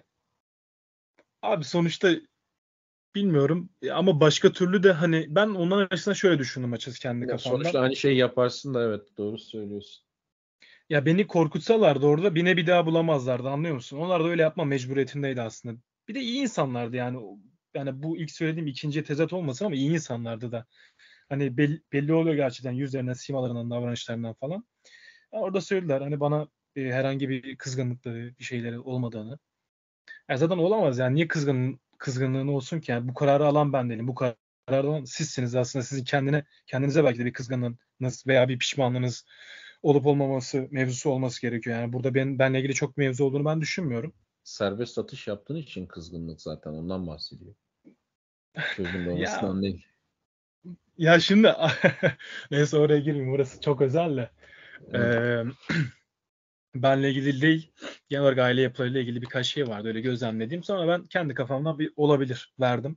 abi sonuçta bilmiyorum. E, ama başka türlü de hani ben onların açısından şöyle düşündüm açıkçası kendi Ya kafamda. sonuçta aynı şeyi yaparsın da, evet, doğru söylüyorsun. Ya beni korkutsalardı orada bine bir daha bulamazlardı, anlıyor musun? Onlar da öyle yapma mecburiyetindeydi aslında. Bir de iyi insanlardı yani. Yani bu ilk söylediğim ikinci tezat olmasın ama iyi insanlardı da. Hani belli, belli oluyor gerçekten yüzlerinden, simalarından, davranışlarından falan. Ya orada söylediler hani bana e, herhangi bir kızgınlıkları, bir şeyleri olmadığını. Ya zaten olamaz yani, niye kızgın kızgınlığın olsun ki? Yani bu kararı alan ben değilim. Bu kararı alan sizsiniz aslında. Sizin kendine kendinize belki de bir kızgınlığınız veya bir pişmanlığınız olup olmaması mevzusu olması gerekiyor. Yani burada ben benle ilgili çok mevzu olduğunu ben düşünmüyorum. Serbest atış yaptığın için kızgınlık, zaten ondan bahsediyor. Çocuğun Ya doğmasından değil. ya şimdi neyse, oraya girmeyeyim. Burası çok özel de. Evet. Ee, benle ilgili değil. Genel olarak aile yapılarıyla ilgili birkaç şey vardı öyle gözlemlediğim. Sonra ben kendi kafamdan bir olabilir verdim.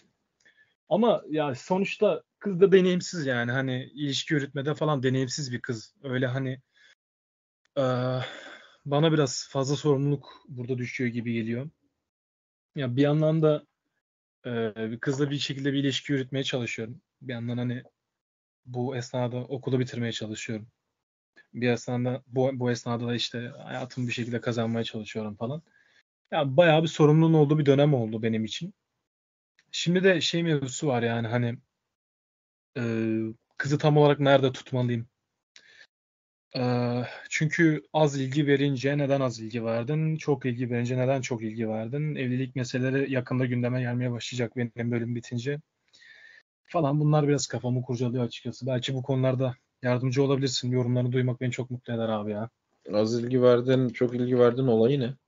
Ama ya sonuçta kız da deneyimsiz yani, hani ilişki yürütmede falan deneyimsiz bir kız. Öyle hani eee, bana biraz fazla sorumluluk burada düşüyor gibi geliyor. Ya bir yandan da eee, bir kızla bir şekilde bir ilişki yürütmeye çalışıyorum. Bir yandan hani bu esnada okulu bitirmeye çalışıyorum. Bir esnada bu, bu esnada da işte hayatımı bir şekilde kazanmaya çalışıyorum falan. Ya bayağı bir sorumluluğun olduğu bir dönem oldu benim için. Şimdi de şey mevzusu var yani hani eee, kızı tam olarak nerede tutmalıyım? Eee, çünkü az ilgi verince neden az ilgi verdin? Çok ilgi verince neden çok ilgi verdin? Evlilik meseleleri yakında gündeme gelmeye başlayacak benim bölüm bitince falan. Bunlar biraz kafamı kurcalıyor açıkçası. Belki bu konularda yardımcı olabilirsin. Yorumlarını duymak beni çok mutlu eder abi ya. Az ilgi verdin, çok ilgi verdin olayı ne?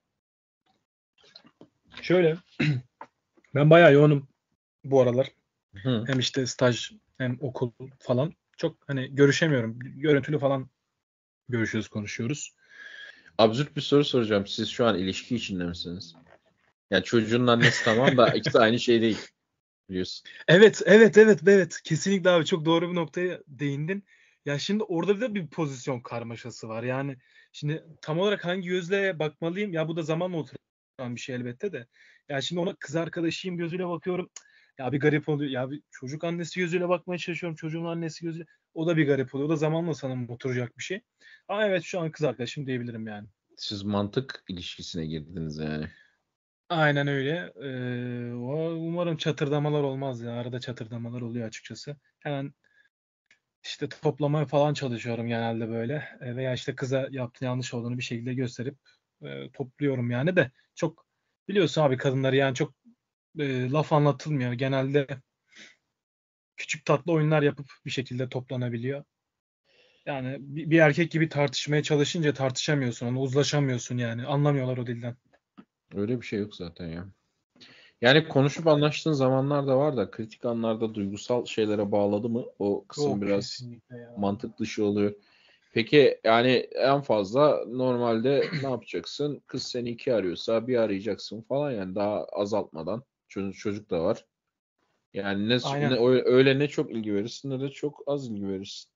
Şöyle, ben bayağı yoğunum bu aralar. Hı. Hem işte staj hem okul falan. Çok hani görüşemiyorum. Görüntülü falan görüşüyoruz, konuşuyoruz. Absürt bir soru soracağım. Siz şu an ilişki içinde misiniz? Yani çocuğun annesi tamam da ikisi aynı şey değil, biliyorsun. Evet, evet, evet, evet. Kesinlikle abi, çok doğru bir noktaya değindin. Ya şimdi orada da bir pozisyon karmaşası var. Yani şimdi tam olarak hangi gözle bakmalıyım? Ya bu da zamanla oturan bir şey elbette de. Ya şimdi ona kız arkadaşıyım gözüyle bakıyorum. Ya bir garip oluyor. Ya bir çocuk annesi gözüyle bakmaya çalışıyorum. Çocuğun annesi gözüyle. O da bir garip oluyor. O da zamanla sanırım oturacak bir şey. Ama evet, şu an kız arkadaşım diyebilirim yani. Siz mantık ilişkisine girdiniz yani. Aynen öyle. Ee, o- umarım çatırdamalar olmaz ya. Arada çatırdamalar oluyor açıkçası. Hemen İşte toplamaya falan çalışıyorum genelde böyle. E, veya işte kıza yaptığı yanlış olduğunu bir şekilde gösterip e, topluyorum yani de. Çok biliyorsun abi, kadınları yani çok e, laf anlatılmıyor. Genelde küçük tatlı oyunlar yapıp bir şekilde toplanabiliyor. Yani bir, bir erkek gibi tartışmaya çalışınca tartışamıyorsun, onu uzlaşamıyorsun yani. Anlamıyorlar o dilden. Öyle bir şey yok zaten ya. Yani konuşup anlaştığın zamanlar da var da kritik anlarda duygusal şeylere bağladı mı o kısım Yok, biraz kesinlikle ya. mantık dışı oluyor. Peki yani en fazla normalde ne yapacaksın? Kız seni iki arıyorsa bir arayacaksın falan, yani daha azaltmadan. Çocuk, çocuk da var. Yani ne, Aynen. ne öyle ne çok ilgi verirsin ne de çok az ilgi verirsin.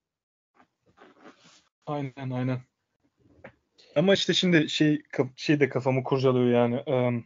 Aynen aynen. Ama işte şimdi şey kaf- şey de kafamı kurcalıyor yani. Em,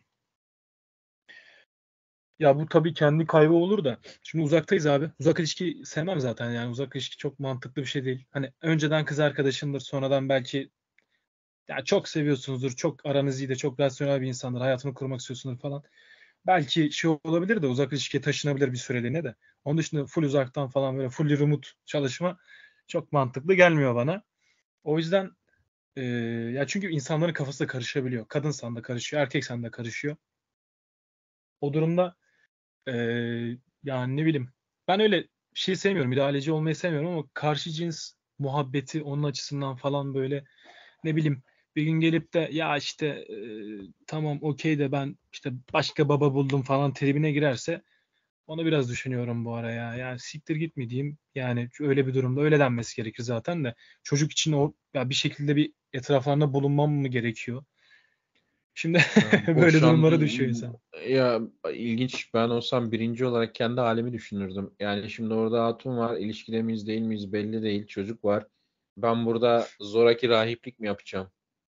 ya bu tabii kendi kaybı olur da. Şimdi uzaktayız abi. Uzak ilişki sevmem zaten yani. Uzak ilişki çok mantıklı bir şey değil. Hani önceden kız arkadaşındır, sonradan belki ya çok seviyorsunuzdur, çok aranız iyi de çok rasyonel bir insandır, hayatını kurmak istiyorsunuz falan. Belki şey olabilir de uzak ilişkiye taşınabilir bir süreliğine de. Onun dışında full uzaktan falan böyle full remote çalışma çok mantıklı gelmiyor bana. O yüzden e, ya çünkü insanların kafası da karışabiliyor. Kadınsan da karışıyor, erkeksen de karışıyor. O durumda e, yani ne bileyim ben öyle şey sevmiyorum, idealeci olmayı sevmiyorum ama karşı cins muhabbeti onun açısından falan böyle ne bileyim bir gün gelip de ya işte e, tamam okey de ben işte başka baba buldum falan tribine girerse onu biraz düşünüyorum bu ara ya. Yani siktir git mi diyeyim. Yani öyle bir durumda öyle denmesi gerekir zaten de. Çocuk için o ya bir şekilde bir etraflarında bulunmam mı gerekiyor? Şimdi Ya böyle boşan durumlara düşüyor insan. ya ilginç, ben olsam birinci olarak kendi halimi düşünürdüm. Yani şimdi orada hatun var, ilişkide miyiz değil miyiz belli değil, çocuk var. Ben burada zoraki rahiplik mi yapacağım?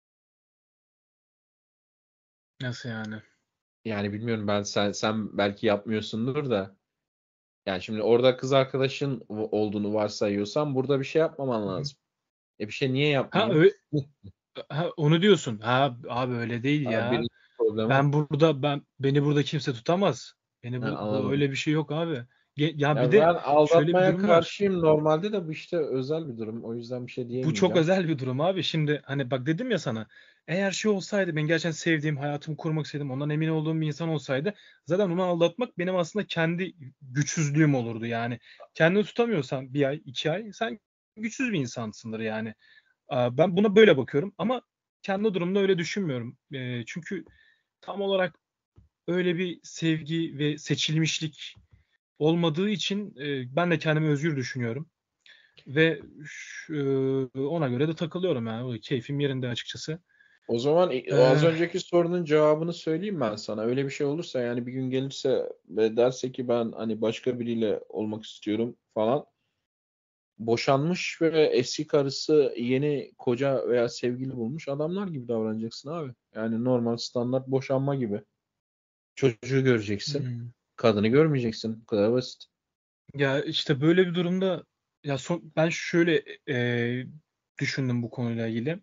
Nasıl yani? Yani bilmiyorum, ben sen sen belki yapmıyorsundur da. Yani şimdi orada kız arkadaşın olduğunu varsayıyorsan burada bir şey yapmaman Hı hı. lazım. E bir şey niye Ha, yapmayayım? öyle, ha onu diyorsun. Ha abi öyle değil Ha, ya. birinci problem o. Ben burada ben beni burada kimse tutamaz. Beni Ha, bu, bu anladım. öyle bir şey yok abi. Ge- Ya bir Ya de ben şöyle bir aldatmaya durum var. karşıyım normalde de, bu işte özel bir durum. O yüzden bir şey Bu çok diyemeyeceğim. özel bir durum abi. Şimdi hani bak dedim ya sana. Eğer şey olsaydı ben gerçekten sevdiğim, hayatımı kurmak istediğim, ondan emin olduğum bir insan olsaydı zaten onu aldatmak benim aslında kendi güçsüzlüğüm olurdu yani. Kendini tutamıyorsan bir ay, iki ay sen güçsüz bir insansındır yani. Aa, ben buna böyle bakıyorum ama kendi durumda öyle düşünmüyorum. Ee, çünkü tam olarak öyle bir sevgi ve seçilmişlik olmadığı için e, ben de kendimi özgür düşünüyorum. Ve ş- e, ona göre de takılıyorum yani. O keyfim yerinde açıkçası. O zaman i- o az Ee, önceki sorunun cevabını söyleyeyim ben sana. Öyle bir şey olursa, yani bir gün gelirse ve derse ki ben hani başka biriyle olmak istiyorum falan. Boşanmış ve eski karısı yeni koca veya sevgili bulmuş adamlar gibi davranacaksın abi. Yani normal standart boşanma gibi. Çocuğu göreceksin. hmm. Kadını görmeyeceksin. Bu kadar basit. Ya işte böyle bir durumda ya son, ben şöyle e, düşündüm bu konuyla ilgili.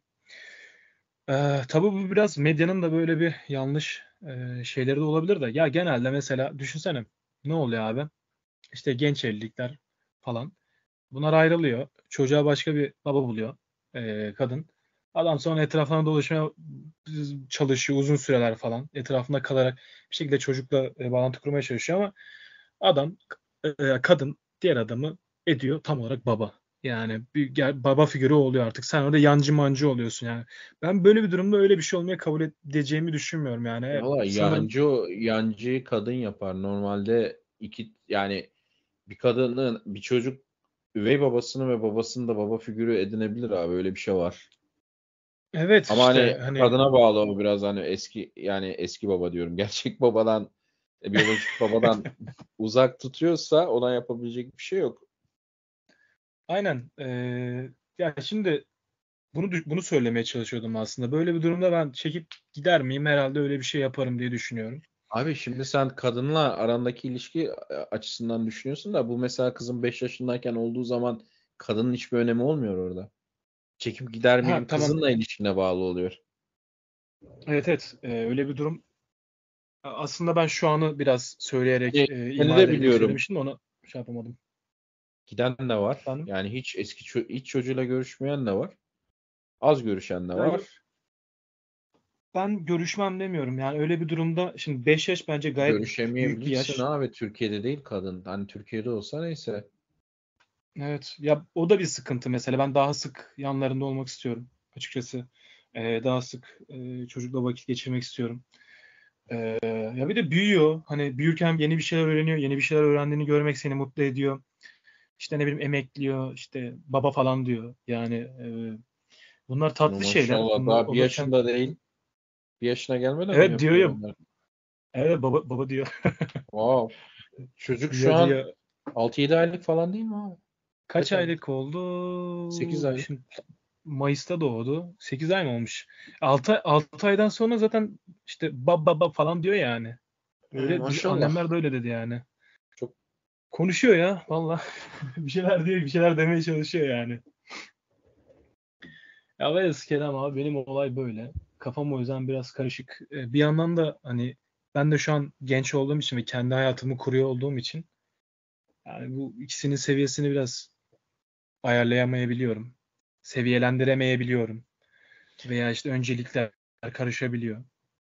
Ee, tabii bu biraz medyanın da böyle bir yanlış e, şeyleri de olabilir de. Ya genelde mesela düşünsene ne oluyor abi? İşte genç evlilikler falan. Bunlar ayrılıyor. Çocuğa başka bir baba buluyor e, kadın. Adam sonra etrafına dolaşmaya çalışıyor uzun süreler falan. Etrafında kalarak bir şekilde çocukla e, bağlantı kurmaya çalışıyor ama adam e, kadın diğer adamı ediyor tam olarak baba. Yani bir gel- baba figürü oluyor artık. Sen orada yancı mancı oluyorsun yani. Ben böyle bir durumda öyle bir şey olmaya kabul edeceğimi düşünmüyorum yani. E, Valla sanırım yancı yancıyı kadın yapar. Normalde iki, yani bir kadının bir çocuk üvey babasını ve babasını da baba figürü edinebilir abi, öyle bir şey var. evet Ama hani işte hani kadına bağlı o biraz, hani eski, yani eski baba diyorum. Gerçek babadan, e, biyolojik babadan uzak tutuyorsa ona yapabilecek bir şey yok. aynen e, ya şimdi Bunu bunu söylemeye çalışıyordum aslında. Böyle bir durumda ben çekip gider miyim? Herhalde öyle bir şey yaparım diye düşünüyorum. Abi şimdi sen kadınla arandaki ilişki e, açısından düşünüyorsun da, bu mesela kızın beş yaşındayken olduğu zaman kadının hiçbir önemi olmuyor orada. Çekip gider Ha miyim tamam. kızınla ilişkine bağlı oluyor. Evet evet. Ee, öyle bir durum. Aslında ben şu anı biraz söyleyerek, Hani e, seni ima de ederek biliyorum. söylemiştim de onu şey yapamadım. Giden de var. Efendim? Yani hiç eski ço- hiç çocuğuyla görüşmeyen de var. Az görüşen de Ya yo- var. ben görüşmem demiyorum. Yani öyle bir durumda şimdi beş yaş bence gayet büyük bir Görüşemeyebilirsin yaş. abi. Türkiye'de değil kadın. Hani Türkiye'de olsa neyse. Evet. Ya o da bir sıkıntı mesela. Ben daha sık yanlarında olmak istiyorum açıkçası. Ee, daha sık e, çocukla vakit geçirmek istiyorum. Ee, ya bir de büyüyor. Hani büyürken yeni bir şeyler öğreniyor. Yeni bir şeyler öğrendiğini görmek seni mutlu ediyor. İşte ne bileyim emekliyor, işte baba falan diyor. Yani e, bunlar No, tatlı şeyler. maşallah Bunlar daha bir olurken yaşında değil. Bir yaşına gelmeden mi evet diyor yapıyor ya, bunlar? evet baba baba diyor. Wow. Çocuk şu Diyor an diyor. altı yedi aylık falan değil mi abi? Kaç Kaç aylık? aylık sekiz oldu? aylık. Şimdi Mayıs'ta doğdu. sekiz ay mı olmuş? altı altı aydan sonra zaten işte baba baba falan diyor yani. Hmm, Öyle biz maşallah. annemler de öyle dedi yani. Çok Konuşuyor ya valla. Bir şeyler diyor, bir şeyler demeye çalışıyor yani. Ya evet Kerem abi, benim olay böyle. Kafam o yüzden biraz karışık. Ee, Bir yandan da hani ben de şu an genç olduğum için ve kendi hayatımı kuruyor olduğum için yani bu ikisinin seviyesini biraz ayarlayamayabiliyorum. Seviyelendiremeyebiliyorum. Veya işte öncelikler karışabiliyor.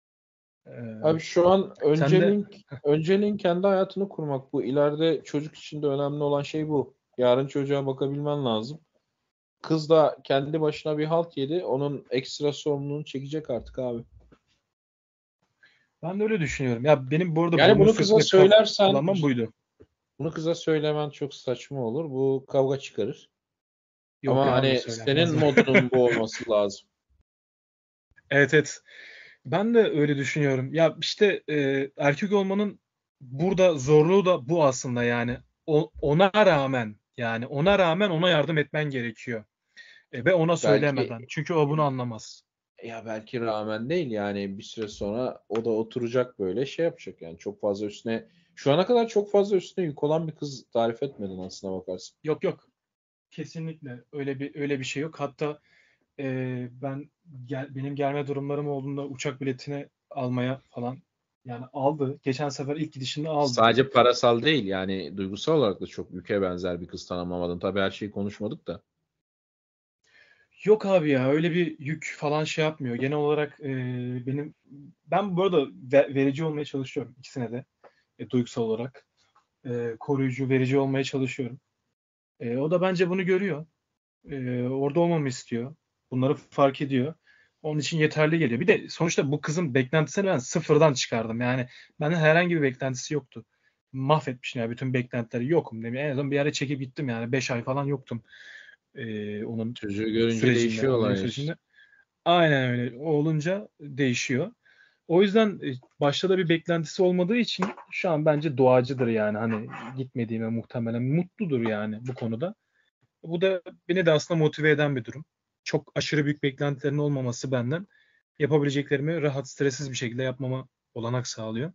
Ee, Abi şu an sen de önceliğin önceliğin kendi hayatını kurmak bu. İleride çocuk için de önemli olan şey bu. Yarın çocuğa bakabilmen lazım. Kız da kendi başına bir halt yedi. Onun ekstra sorumluluğunu çekecek artık abi. ben de öyle düşünüyorum. Ya benim bu arada Yani burnu bunu kıza sürtme ka- söylersen kullanmam buydu. bunu kıza söylemen çok saçma olur. Bu kavga çıkarır. Yok Ama abi, hani senin söylenmez. modunun bu olması lazım. Evet, evet. Ben de öyle düşünüyorum. Ya işte e, erkek olmanın burada zorluğu da bu aslında yani. O- ona rağmen yani ona rağmen ona yardım etmen gerekiyor. E, ve ona Belki söylemeden. Çünkü o bunu anlamaz. ya belki rağmen değil yani bir süre sonra o da oturacak böyle şey yapacak yani çok fazla üstüne şu ana kadar çok fazla üstüne yük olan bir kız tarif etmedin aslına bakarsın. Yok, yok. Kesinlikle öyle bir öyle bir şey yok. Hatta e, ben gel, benim gelme durumlarım olduğunda uçak biletini almaya falan yani aldı. Geçen sefer ilk gidişinde aldı. Sadece parasal değil yani duygusal olarak da çok yüke benzer bir kız tanımlamadın. Tabii her şeyi konuşmadık da. Yok abi ya, öyle bir yük falan şey yapmıyor. Genel olarak e, benim ben bu arada ve- verici olmaya çalışıyorum ikisine de e, duygusal olarak. E, koruyucu, verici olmaya çalışıyorum. E, o da bence bunu görüyor. E, orada olmamı istiyor. Bunları fark ediyor. Onun için yeterli geliyor. Bir de sonuçta bu kızın beklentisini ben sıfırdan çıkardım. Yani benden herhangi bir beklentisi yoktu. Mahvetmişim ya bütün beklentileri, yokum dedim. En azından bir yere çekip gittim yani. Beş ay falan yoktum e, onun Çocuğu görünce sürecinde, değişiyor hamilelik olaylar işte. sürecinde. Aynen öyle. O olunca değişiyor. O yüzden e, başta da bir beklentisi olmadığı için şu an bence doğacıdır yani. Hani gitmediğime muhtemelen mutludur yani bu konuda. Bu da beni de aslında motive eden bir durum. Çok aşırı büyük beklentilerin olmaması benden yapabileceklerimi rahat, stressiz bir şekilde yapmama olanak sağlıyor.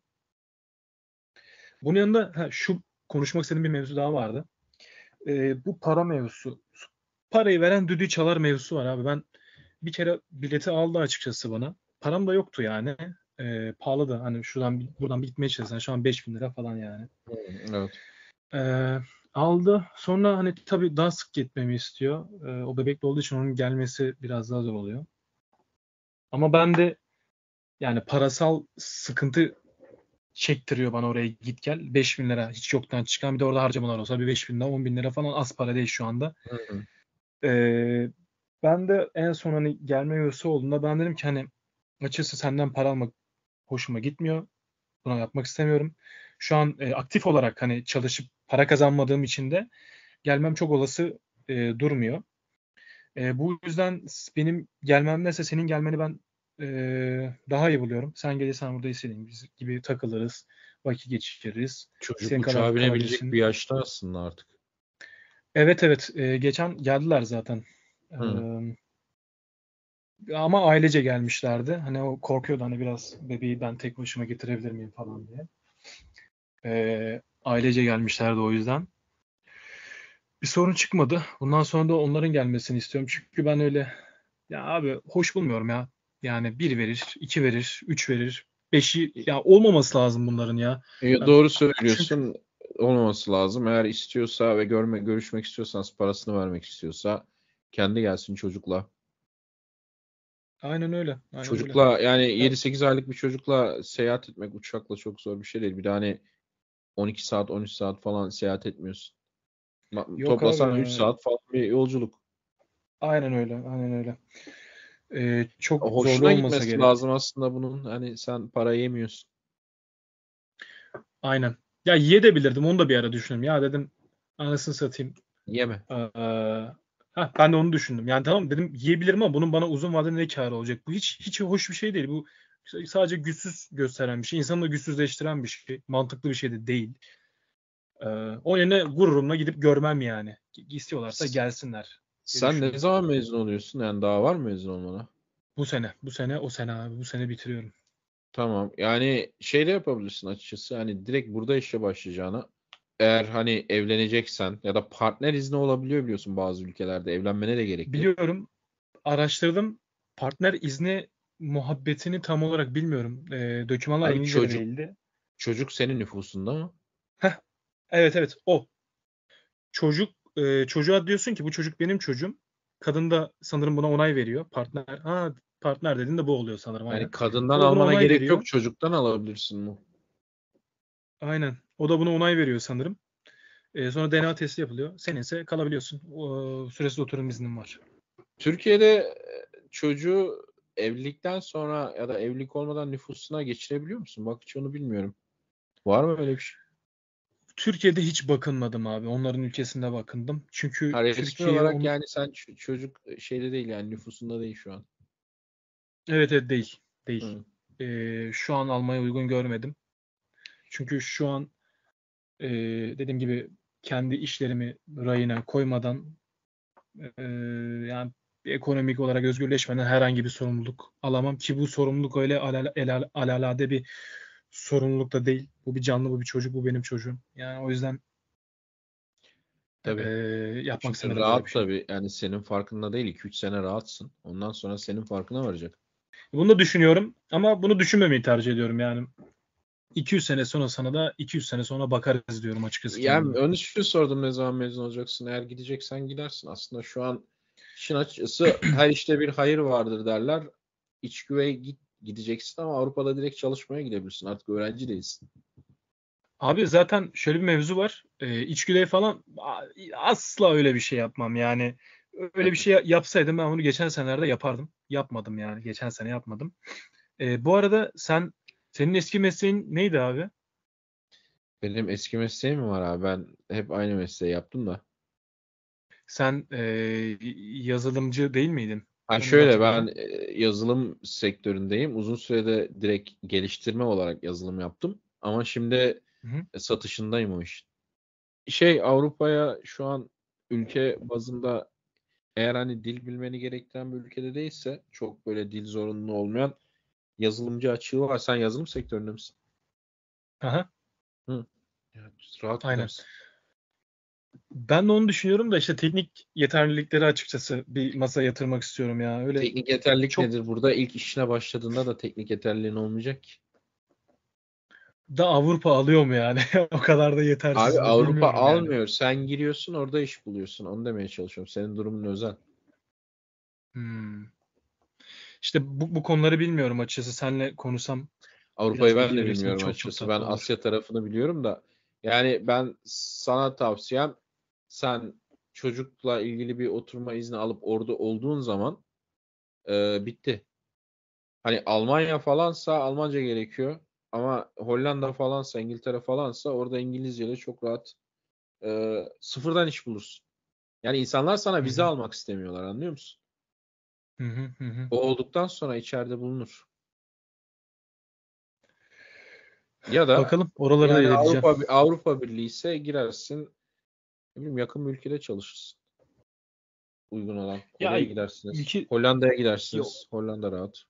Bunun yanında ha, şu konuşmak istediğim bir mevzu daha vardı. E, bu para mevzusu. Parayı veren düdüğü çalar mevzusu var abi. Ben bir kere bileti aldı açıkçası bana. Param da yoktu yani. E, pahalı da hani şuradan bir- buradan bir gitmeye çalışsan şu an beş bin lira falan yani. Hı, evet. E, aldı. Sonra hani tabii daha sık gitmemi istiyor. E, o bebekli olduğu için onun gelmesi biraz daha zor oluyor. Ama ben de yani parasal sıkıntı çektiriyor bana oraya git gel. beş bin lira hiç yoktan çıkan, bir de orada harcamalar olsa bir beş bin lira on bin lira falan, az para değil şu anda. Hı hı. Ee, ben de en son hani gelme yuvası olduğunda ben dedim ki hani açıkçası senden para almak hoşuma gitmiyor. Bunu yapmak istemiyorum. Şu an e, aktif olarak hani çalışıp para kazanmadığım için de gelmem çok olası e, durmuyor. E, bu yüzden s- benim gelmemdense senin gelmeni ben e, daha iyi buluyorum. Sen gelirsen burada istediğin biz gibi takılırız, vakit geçiririz. Çocuk İstediğin kadar uçağa binebilecek bir kalabilirsin. yaşta aslında artık. Evet, evet, e, geçen geldiler zaten. E, Hı. ama ailece gelmişlerdi. Hani o korkuyordu hani biraz bebeği ben tek başıma getirebilir miyim falan diye. E, ailece gelmişlerdi o yüzden. Bir sorun çıkmadı. Bundan sonra da onların gelmesini istiyorum. Çünkü ben öyle ya abi hoş bulmuyorum ya. Yani bir verir, iki verir, üç verir, beşi ya olmaması lazım bunların ya. Ya Ben doğru çünkü söylüyorsun. Olmaması lazım. Eğer istiyorsa ve görme, görüşmek istiyorsanız parasını vermek istiyorsa kendi gelsin çocukla. aynen öyle. Aynen öyle. Çocukla yani Ya, yedi sekiz aylık bir çocukla seyahat etmek uçakla çok zor bir şey değil. Bir de hani on iki saat on üç saat falan seyahat etmiyorsun. Ma- yok abi Toplasan üç ya. saat falan bir yolculuk. Aynen öyle. Aynen öyle. Ee, çok zorlu Hoşuna olmasa gitmesi gerek. lazım aslında bunun. Hani sen para yemiyorsun. Aynen. Ya yiyebilirdim. Onu da bir ara düşündüm. Ya dedim anasını satayım. Yeme. Ee, heh, ben de onu düşündüm. Yani tamam dedim yiyebilirim ama bunun bana uzun vadede ne kârı olacak? Bu hiç hiç hoş bir şey değil. Bu sadece güçsüz gösteren bir şey. İnsanı da güçsüzleştiren bir şey. Mantıklı bir şey de değil. Ee, o yerine gururumla gidip görmem yani. İstiyorlarsa S- gelsinler diye Sen ne düşündüm. zaman mezun oluyorsun? Yani daha var mı mezun olmana? Bu sene, bu sene, o sene abi. Bu sene bitiriyorum. Tamam. Yani şey de yapabilirsin açıkçası. Hani direkt burada işe başlayacağına, eğer hani evleneceksen ya da partner izni olabiliyor biliyorsun bazı ülkelerde. Evlenmene de gerek yok. Biliyorum, araştırdım. Partner izni muhabbetini tam olarak bilmiyorum. Ee, dokümanlar Hani İngilizce'de çocuk değildi. çocuk senin nüfusunda mı? Heh, evet evet o. Çocuk e, çocuğa diyorsun ki bu çocuk benim çocuğum. Kadın da sanırım buna onay veriyor. Partner ha partner dediğin de bu oluyor sanırım Yani aynen. kadından O da buna almana onay gerek yok. veriyor. Çocuktan alabilirsin mu? Aynen. O da buna onay veriyor sanırım. E, sonra D N A testi yapılıyor. Seninse kalabiliyorsun. O, süresiz oturum iznin var. Türkiye'de e, çocuğu evlilikten sonra ya da evlilik olmadan nüfusuna geçirebiliyor musun? Bak hiç onu bilmiyorum. Var mı öyle bir şey? Türkiye'de hiç bakınmadım abi. Onların ülkesinde bakındım. Çünkü Ha, resmi Türkiye'ye olarak on... yani sen ç- çocuk şeyde değil yani nüfusunda değil şu an. Evet evet değil. Değil. Hı. E, şu an almaya uygun görmedim. Çünkü şu an e, dediğim gibi kendi işlerimi rayına koymadan e, yani ekonomik olarak özgürleşmeden herhangi bir sorumluluk alamam ki bu sorumluluk öyle alal, elal- alalade bir sorumluluk da değil. Bu bir canlı, bu bir çocuk, bu benim çocuğum. Yani o yüzden e, Tabii. yapmak Çünkü istemedim böyle bir rahat şey. tabii. Yani senin farkında değil. iki üç sene rahatsın. Ondan sonra senin farkına varacak. Bunu da düşünüyorum ama bunu düşünmemeyi tercih ediyorum yani. iki yüz sene sonra sana da iki yüz sene sonra bakarız diyorum açıkçası Yani kendime. onun için sordum ne zaman mezun olacaksın. Eğer gideceksen gidersin. Aslında şu an işin açıkçası her işte bir hayır vardır derler. İç güveye git, gideceksin ama Avrupa'da direkt çalışmaya gidebilirsin. Artık öğrenci değilsin. Abi zaten şöyle bir mevzu var. Ee, içgüdüye falan a- asla öyle bir şey yapmam. Yani öyle bir şey yapsaydım ben onu geçen senelerde yapardım. Yapmadım yani. Geçen sene yapmadım. Ee, bu arada sen senin eski mesleğin neydi abi? Benim eski mesleğim mi var abi? Ben hep aynı mesleği yaptım da. Sen e, yazılımcı değil miydin? Ha Ben öyle şöyle hatırlıyorum. ben e, yazılım sektöründeyim. Uzun sürede direkt geliştirme olarak yazılım yaptım. Ama şimdi Hı hı. e, satışındayım o işin. Şey Avrupa'ya şu an ülke bazında eğer hani dil bilmeni gerektiren bir ülkede değilse çok böyle dil zorunlu olmayan yazılımcı açığı var. Sen yazılım sektöründe misin? Aha, Hı. Ya, rahat aynen. gidersin. Ben de onu düşünüyorum da işte teknik yeterlilikleri açıkçası bir masaya yatırmak istiyorum ya. Öyle Teknik yeterlilik çok nedir? Burada ilk işine başladığında da teknik yeterliliğin olmayacak ki. da Avrupa alıyor mu yani? O kadar da Abi yetersiz mi Avrupa bilmiyorum yani. almıyor. Sen giriyorsun orada iş buluyorsun. Onu demeye çalışıyorum. Senin durumun özel. Hmm. İşte bu, bu konuları bilmiyorum açıkçası. Seninle konuşsam Avrupa'yı biraz ben bilgi de verirsen bilmiyorum çok çok açıkçası. Ben tatlı olur. Asya tarafını biliyorum da. Yani ben sana tavsiyem sen çocukla ilgili bir oturma izni alıp orada olduğun zaman e, bitti. Hani Almanya falansa Almanca gerekiyor. Ama Hollanda falansa İngiltere falansa orada İngilizceyle çok rahat e, sıfırdan iş bulursun. Yani insanlar sana Hı vize hı, almak istemiyorlar anlıyor musun? hı hı, hı hı. O olduktan sonra içeride bulunur. Ya da Bakalım oraları da yani ilerleyeceğim. Avrupa Avrupa Birliği ise girersin. Ne bileyim yakın bir ülkede çalışırsın. Uygun olan. Ya Oraya gidersiniz. ülke Hollanda'ya yo, gidersiniz. Hollanda rahat.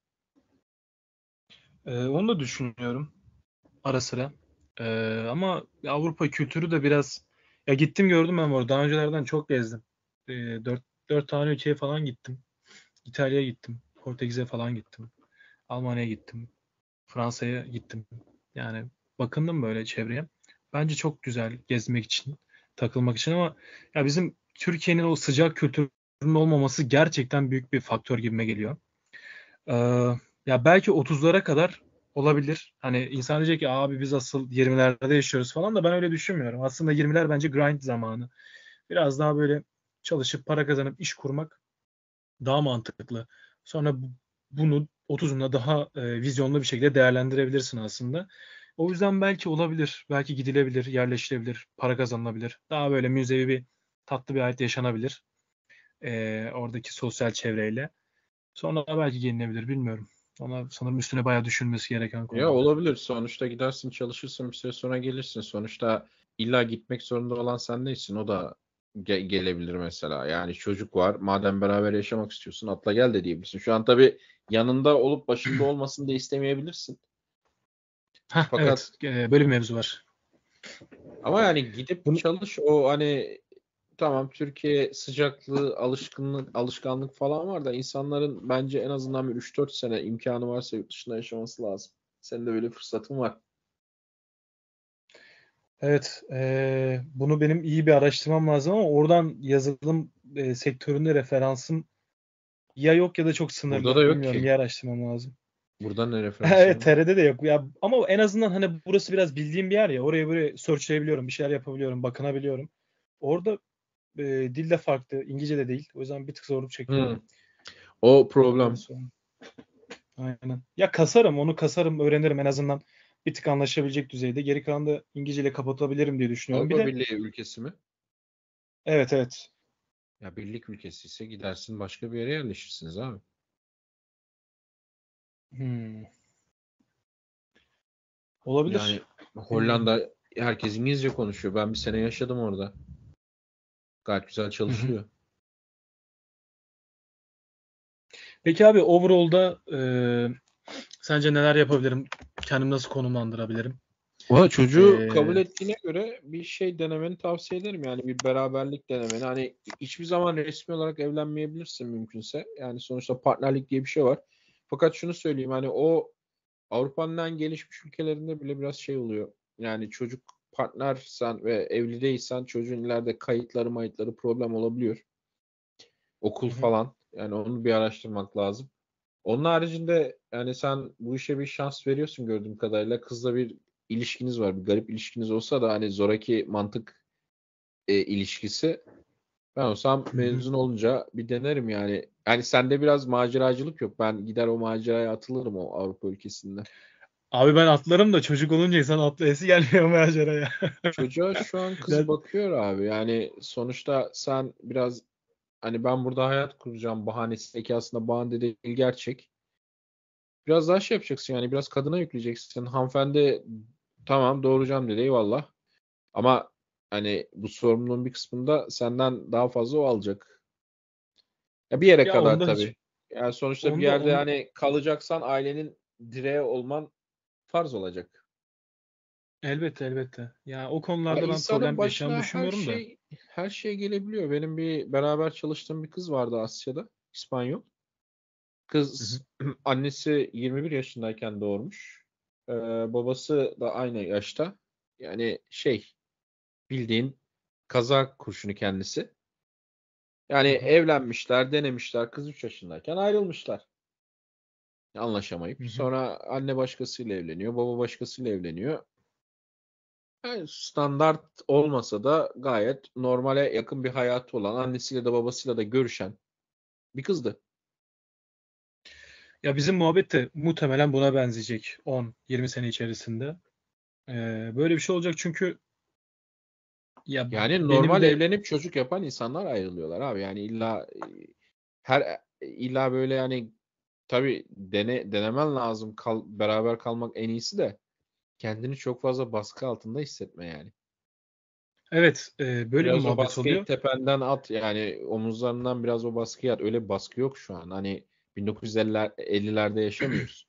e, onu da düşünüyorum ara sıra. E, ama Avrupa kültürü de biraz ya gittim gördüm ben orada. Daha öncelerden çok gezdim. E, dört, dört tane ülkeye falan gittim. İtalya'ya gittim. Portekiz'e falan gittim. Almanya'ya gittim. Fransa'ya gittim. Yani bakındım böyle çevreye. Bence çok güzel gezmek için, takılmak için ama ya bizim Türkiye'nin o sıcak kültürünün olmaması gerçekten büyük bir faktör gibime geliyor. Ee, ya belki otuzlara kadar olabilir. Hani insan diyecek ki abi biz asıl yirmilerde yaşıyoruz falan da ben öyle düşünmüyorum. Aslında yirmiler bence grind zamanı. Biraz daha böyle çalışıp para kazanıp iş kurmak daha mantıklı. Sonra bu- bunu otuzunda daha e, vizyonlu bir şekilde değerlendirebilirsin aslında. O yüzden belki olabilir, belki gidilebilir, yerleşilebilir, para kazanılabilir. Daha böyle müzevi bir tatlı bir hayat yaşanabilir. Ee, oradaki sosyal çevreyle. Sonra belki gelinebilir, bilmiyorum. Ona sanırım üstüne bayağı düşünmesi gereken Ya konular. olabilir. Sonuçta gidersin çalışırsın bir süre sonra gelirsin. Sonuçta illa gitmek zorunda olan sen değilsin. O da ge- gelebilir mesela. Yani çocuk var. Madem beraber yaşamak istiyorsun atla gel de diyebilirsin. Şu an tabii yanında olup başında olmasını da istemeyebilirsin. Hah, Fakat evet, e, böyle bir mevzu var. ama yani gidip Bunu, çalış o hani tamam Türkiye sıcaklığı, alışkınlık, alışkanlık falan var da insanların bence en azından bir üç dört sene imkanı varsa yurt dışında yaşaması lazım. Senin de böyle fırsatın var. evet, e, bunu benim iyi bir araştırmam lazım ama oradan yazılım e, sektöründe referansım ya yok ya da çok Burada da sınırlı. yok Bilmiyorum, ki. iyi araştırmam lazım. Burada ne referansın Evet, var? T R D'de de yok. Ya, ama en azından hani burası biraz bildiğim bir yer ya. Oraya böyle searchlayabiliyorum, bir şeyler yapabiliyorum, bakınabiliyorum. Orada e, dil de farklı, İngilizce de değil. O yüzden bir tık zorluk çekiyorum. Hmm. O Öyle problem. söyleyeyim. Aynen. Ya kasarım, onu kasarım, öğrenirim en azından bir tık anlaşabilecek düzeyde. Geri kalanı da İngilizceyle kapatabilirim diye düşünüyorum. Bir Avrupa de Birliği ülkesi mi? evet, evet. Ya birlik ülkesi ise gidersin başka bir yere yerleşirsiniz abi. Hmm. Olabilir. Yani Bilmiyorum. Hollanda herkes İngilizce konuşuyor. Ben bir sene yaşadım orada. Gayet güzel Hı hı. çalışılıyor. Peki abi, overall'da e, sence neler yapabilirim? Kendimi nasıl konumlandırabilirim? Valla çocuğu kabul E, ettiğine göre bir şey denemeni tavsiye ederim. Yani bir beraberlik denemeni. Hani hiçbir zaman resmi olarak evlenmeyebilirsin mümkünse. Yani sonuçta partnerlik diye bir şey var. Fakat şunu söyleyeyim hani o Avrupa'nın en gelişmiş ülkelerinde bile biraz şey oluyor. Yani çocuk partnersen ve evli değilsen çocuğun ileride kayıtları mayıtları problem olabiliyor. Okul hı hı. falan. Yani onu bir araştırmak lazım. Onun haricinde yani sen bu işe bir şans veriyorsun gördüğüm kadarıyla. Kızla bir ilişkiniz var. Bir garip ilişkiniz olsa da hani zoraki mantık e, ilişkisi. Ben olsam Hı hı. mezun olunca bir denerim yani. Yani sende biraz maceracılık yok. Ben gider o maceraya atılırım o Avrupa ülkesinde. Abi ben atlarım da çocuk olunca insan atlayası gelmiyor maceraya. Çocuğa şu an kız Ya, bakıyor abi. Yani sonuçta sen biraz hani ben burada hayat kuracağım bahanesi ki aslında bahane değil gerçek. Biraz daha şey yapacaksın yani biraz kadına yükleyeceksin. Hanımefendi tamam doğuracağım dedi eyvallah. Ama hani bu sorumluluğun bir kısmında senden daha fazla o alacak. Ya bir yere ya kadar onda hiç tabii. Yani sonuçta bir onda yerde on hani kalacaksan ailenin direği olman farz olacak. elbette, elbette. Ya o Ya konularda ben insanın problem yaşayacağımı başına her düşünmüyorum da. şey her şey gelebiliyor. Benim bir beraber çalıştığım bir kız vardı Asya'da, İspanyol. Hı hı. Kız annesi yirmi bir yaşındayken doğurmuş. Ee, babası da aynı yaşta. Yani şey bildiğin kaza kurşunu kendisi. Yani Hı hı. evlenmişler, denemişler. Kız üç yaşındayken ayrılmışlar. Anlaşamayıp. Hı hı. Sonra anne başkasıyla evleniyor, baba başkasıyla evleniyor. Yani standart olmasa da gayet normale yakın bir hayatı olan, annesiyle de babasıyla da görüşen bir kızdı. Ya bizim muhabbet de muhtemelen buna benzeyecek on yirmi sene içerisinde. Ee, böyle bir şey olacak çünkü ya Yani benim normal de evlenip çocuk yapan insanlar ayrılıyorlar abi. Yani illa her illa böyle yani tabii dene, denemen lazım. Kal, beraber kalmak en iyisi de kendini çok fazla baskı altında hissetme yani. evet, e, böyle bir Biraz o muhabbet baskıyı oluyor. tependen at yani omuzlarından biraz o baskıyı at. Öyle bir baskı yok şu an. Hani bin dokuz yüz elliler, ellilerde yaşamıyoruz.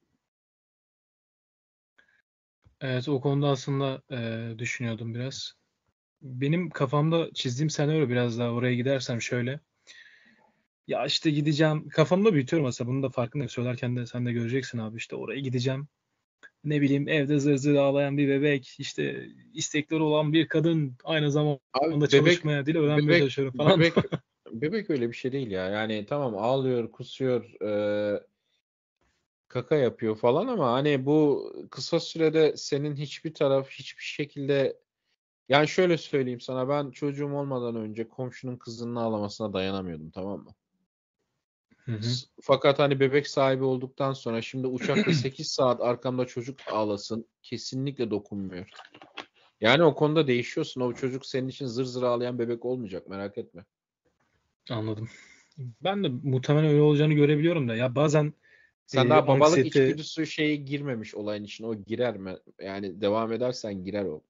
Evet, o konuda aslında e, düşünüyordum biraz. Benim kafamda çizdiğim senaryo biraz daha oraya gidersem şöyle. Ya işte gideceğim. Kafamda büyütüyorum aslında. Bunun da farkındayım. Söylerken de sen de göreceksin abi. İşte oraya gideceğim. Ne bileyim, evde zır zır ağlayan bir bebek. İşte istekleri olan bir kadın. Aynı Abi zamanda bebek çalışmaya, dil öğrenmeye bebek çalışıyorum falan. bebek bebek öyle bir şey değil ya. Yani tamam ağlıyor, kusuyor, e, kaka yapıyor falan ama hani bu kısa sürede senin hiçbir taraf hiçbir şekilde yani şöyle söyleyeyim sana ben çocuğum olmadan önce komşunun kızının ağlamasına dayanamıyordum tamam mı? Hı hı. S- Fakat hani bebek sahibi olduktan sonra şimdi uçakta sekiz saat arkamda çocuk ağlasın kesinlikle dokunmuyor. Yani o konuda değişiyorsun. O çocuk senin için zır zır ağlayan bebek olmayacak, merak etme. Anladım. Ben de muhtemelen öyle olacağını görebiliyorum da. Ya bazen Sen e, daha babalık anksiyete içgüdüsü şeyi girmemiş olayın içine. O girer mi? Yani devam edersen girer o.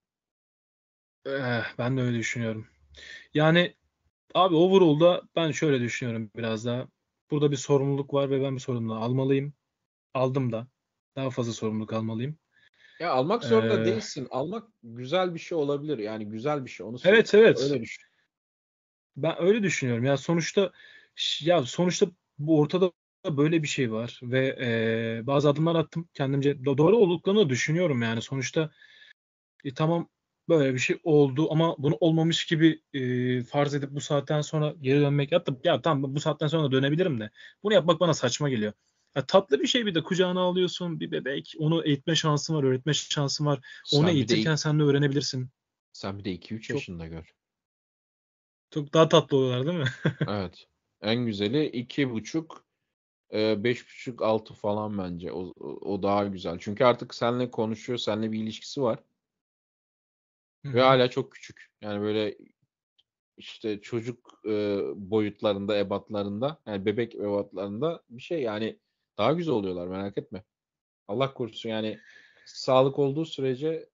eh, ben de öyle düşünüyorum. Yani abi overall'da ben şöyle düşünüyorum biraz daha. Burada bir sorumluluk var ve ben bir sorumluluğu almalıyım. Aldım da. Daha fazla sorumluluk almalıyım. Ya almak zorunda Ee, değilsin. Almak güzel bir şey olabilir. Yani güzel bir şey. Onu söyle. evet evet. Öyle düşün. Ben öyle düşünüyorum. Ya sonuçta ya sonuçta bu ortada böyle bir şey var ve e, bazı adımlar attım kendimce Do- doğru olduklarını düşünüyorum yani sonuçta e, tamam böyle bir şey oldu ama bunu olmamış gibi e, farz edip bu saatten sonra geri dönmek ya, ya tamam bu saatten sonra dönebilirim de bunu yapmak bana saçma geliyor. Ya tatlı bir şey bir de kucağına alıyorsun bir bebek onu eğitme şansın var öğretme şansın var onu Sen bir de eğitirken sen de öğrenebilirsin. sen bir de iki üç Çok yaşında gör. çok daha tatlı oluyorlar değil mi? Evet. En güzeli iki buçuk, e, beş buçuk, altı falan bence. O, o, o daha güzel. Çünkü artık seninle konuşuyor, seninle bir ilişkisi var. Hı Ve hı. hala çok küçük. Yani böyle işte çocuk e, boyutlarında, ebatlarında, yani bebek ebatlarında bir şey. Yani daha güzel oluyorlar, merak etme. Allah korusun, yani sağlık olduğu sürece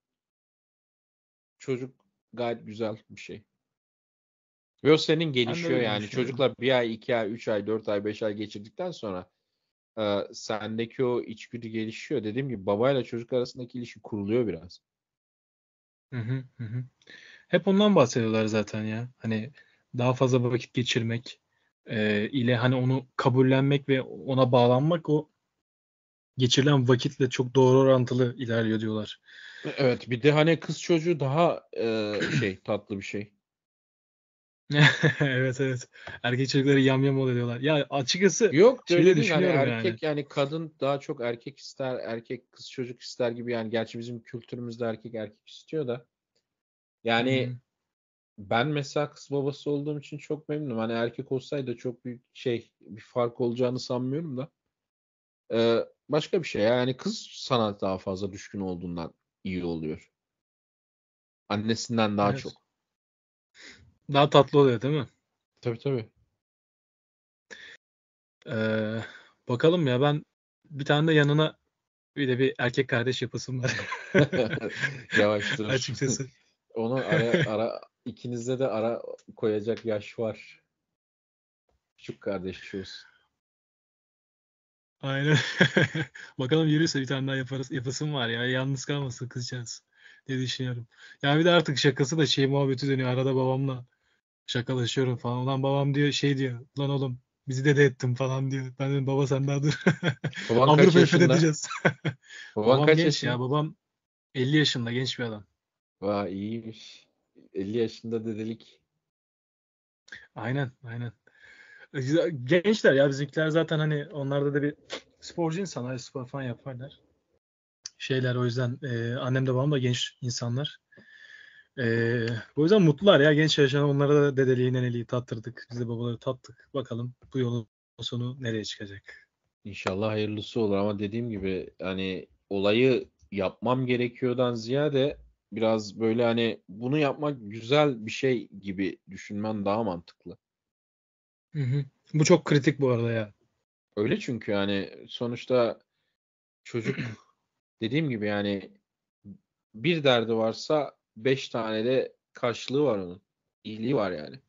çocuk gayet güzel bir şey. Ve o senin Ben de gelişiyor öyle yani. düşünüyorum. Çocukla bir ay, iki ay, üç ay, dört ay, beş ay geçirdikten sonra e, sendeki o içgüdü gelişiyor. Dediğim gibi babayla çocuk arasındaki ilişki kuruluyor biraz. Hı hı, hı hı. Hep ondan bahsediyorlar zaten ya. Hani daha fazla vakit geçirmek e, ile hani onu kabullenmek ve ona bağlanmak o geçirilen vakitle çok doğru orantılı ilerliyor diyorlar. Evet, bir de hani kız çocuğu daha e, şey tatlı bir şey. Evet evet. Erkek çocukları yamyam oluyor diyorlar. Ya açıkçası Yok, şeyi de öyle değil. Hani düşünüyorum yani. erkek, yani kadın daha çok erkek ister, erkek kız çocuk ister gibi. Yani gerçi bizim kültürümüzde erkek erkek istiyor da. Hı Yani hı. ben mesela kız babası olduğum için çok memnunum. Hani erkek olsaydı çok büyük şey bir fark olacağını sanmıyorum da. Ee, başka bir şey. Yani kız sana daha fazla düşkün olduğundan iyi oluyor. Annesinden daha Evet. çok. Daha tatlı oluyor değil mi? Tabii tabii. Ee, bakalım ya ben bir tane de yanına bir de bir erkek kardeş yapısım var. Yavaş dur. Açıkçası. Onu ara ara ikinizde de ara koyacak yaş var. Küçük kardeş olsun. Aynen. Bakalım yürürse bir tane daha yaparız. Yapasım var ya. Yalnız kalmasın kızcağız diye düşünüyorum. Ya bir de artık şakası da şey muhabbeti dönüyor. Arada babamla şakalaşıyorum falan. Ulan babam diyor şey diyor. Ulan oğlum bizi dede ettin falan diyor. Ben dedim baba sen daha dur. Baban kaç Avrupa'yı yaşında? fethedeceğiz. Baban Babam kaç genç ya. yaşında? Babam elli yaşında genç bir adam. Vay, iyiymiş. elli yaşında dedelik. Aynen aynen. Güzel- Gençler ya bizimkiler zaten hani onlarda da bir sporcu insanlar spor falan yaparlar. Şeyler o yüzden e, annem de babam da genç insanlar. Ee, o yüzden mutlular ya genç yaşına onlara da dedeliği neneliği tattırdık. Biz de babaları tattık. Bakalım bu yolun sonu nereye çıkacak. İnşallah hayırlısı olur, ama dediğim gibi hani olayı yapmam gerekiyordan ziyade biraz böyle hani bunu yapmak güzel bir şey gibi düşünmen daha mantıklı. Hı hı. Bu çok kritik bu arada ya. Öyle, çünkü yani sonuçta çocuk, dediğim gibi yani bir derdi varsa beş tane de karşılığı var onun. İyiliği var yani.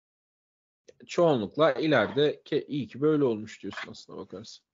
Çoğunlukla ileride ke iyi ki böyle olmuş diyorsun aslına bakarsın.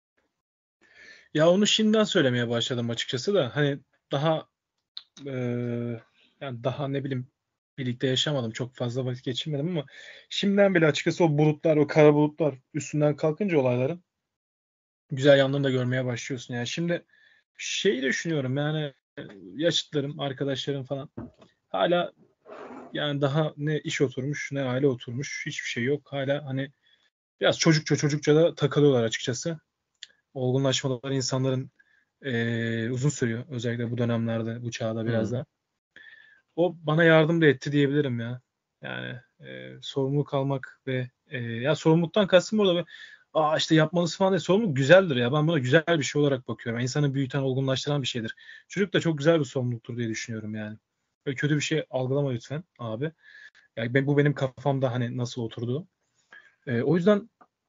Ya onu şimdiden söylemeye başladım açıkçası da hani daha e, yani daha ne bileyim birlikte yaşamadım. Çok fazla vakit geçirmedim ama şimdiden bile açıkçası o bulutlar, o kara bulutlar üstünden kalkınca olayların güzel yanlarını da görmeye başlıyorsun. Yani şimdi şeyi düşünüyorum yani yaşıtlarım, arkadaşlarım falan hala yani daha ne iş oturmuş ne aile oturmuş hiçbir şey yok. Hala hani biraz çocukça çocukça da takılıyorlar açıkçası. Olgunlaşmaları insanların eee, uzun sürüyor. Özellikle bu dönemlerde bu çağda biraz Hı. da. O bana yardım da etti diyebilirim ya. Yani eee sorumluluk almak ve eee, ya sorumluluktan kastım orada ve aa işte yapmalısın falan değil. Sorumluluk güzeldir ya. Ben buna güzel bir şey olarak bakıyorum. İnsanı büyüten, olgunlaştıran bir şeydir. Çocuk da çok güzel bir sorumluluktur diye düşünüyorum yani. Böyle kötü bir şey algılama lütfen abi. Yani ben, bu benim kafamda hani nasıl oturdu. Ee, o yüzden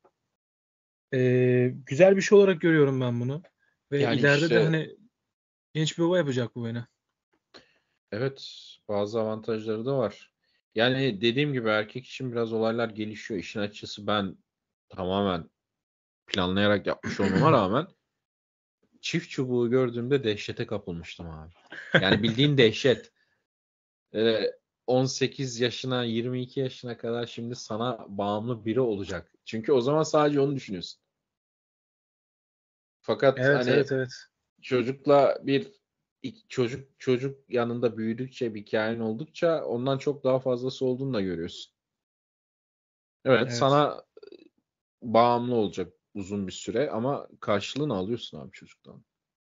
ee, güzel bir şey olarak görüyorum ben bunu. Ve Yani ileride de işte hani genç bir baba yapacak bu beni. evet, bazı avantajları da var. Yani dediğim gibi erkek için biraz olaylar gelişiyor. İşin açıkçası ben tamamen planlayarak yapmış olmama rağmen çift çubuğu gördüğümde dehşete kapılmıştım abi. Yani bildiğin dehşet. Ee, on sekiz yaşına yirmi iki yaşına kadar şimdi sana bağımlı biri olacak. Çünkü o zaman sadece onu düşünüyorsun. Fakat Evet, hani evet, evet. çocukla bir ik- çocuk çocuk yanında büyüdükçe bir hikayen oldukça ondan çok daha fazlası olduğunu da görüyorsun. Evet, Evet. sana bağımlı olacak uzun bir süre ama karşılığını alıyorsun abi çocuktan.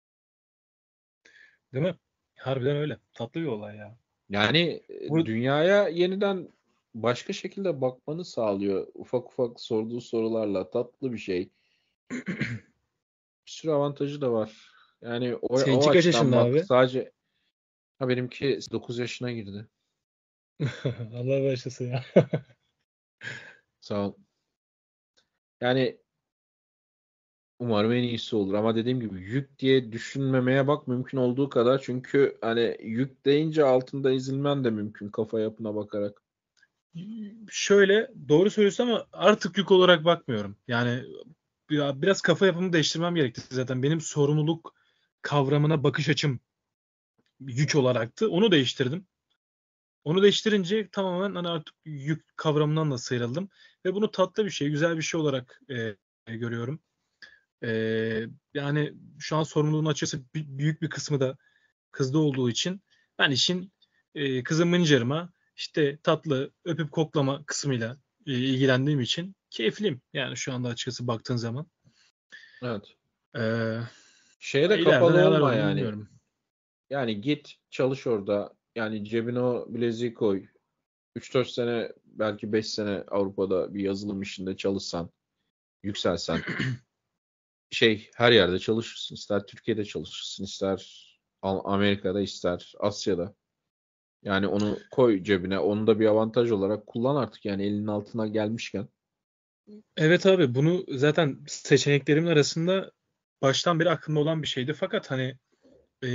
Değil mi? Harbiden öyle. Tatlı bir olay ya. Yani e, Bu dünyaya yeniden başka şekilde bakmanı sağlıyor. Ufak ufak sorduğu sorularla tatlı bir şey. Bir sürü avantajı da var. Yani o, o seninki kaç açıdan yaşında bak abi? sadece ha benimki dokuz yaşına girdi. Allah başlasın ya. Sağ ol. Yani umarım en iyisi olur ama dediğim gibi yük diye düşünmemeye bak mümkün olduğu kadar. Çünkü hani yük deyince altında ezilmen de mümkün kafa yapına bakarak. Şöyle doğru söylüyorsun ama artık yük olarak bakmıyorum. Yani ya biraz kafa yapımı değiştirmem gerekti zaten. Benim sorumluluk kavramına bakış açım yük olaraktı. Onu değiştirdim. Onu değiştirince tamamen hani artık yük kavramından da sıyrıldım. Ve bunu tatlı bir şey, güzel bir şey olarak e, görüyorum. E, Yani şu an sorumluluğun açıkçası bi- büyük bir kısmı da kızda olduğu için ben işin e, kızın mıncarıma işte tatlı öpüp koklama kısmıyla e, ilgilendiğim için keyifliyim. Yani şu anda açıkçası baktığın zaman. Evet. E, Şeye de ileride kapalı neler olma olur yani. bilmiyorum. Yani git çalış orada. Yani cebine o bileziği koy. üç dört sene belki beş sene Avrupa'da bir yazılım işinde çalışsan, yükselsen şey her yerde çalışırsın. İster Türkiye'de çalışırsın, ister Al- Amerika'da, ister Asya'da. Yani onu koy cebine. Onu da bir avantaj olarak kullan artık yani elinin altına gelmişken. Evet abi bunu zaten seçeneklerimin arasında baştan beri aklımda olan bir şeydi. Fakat hani e,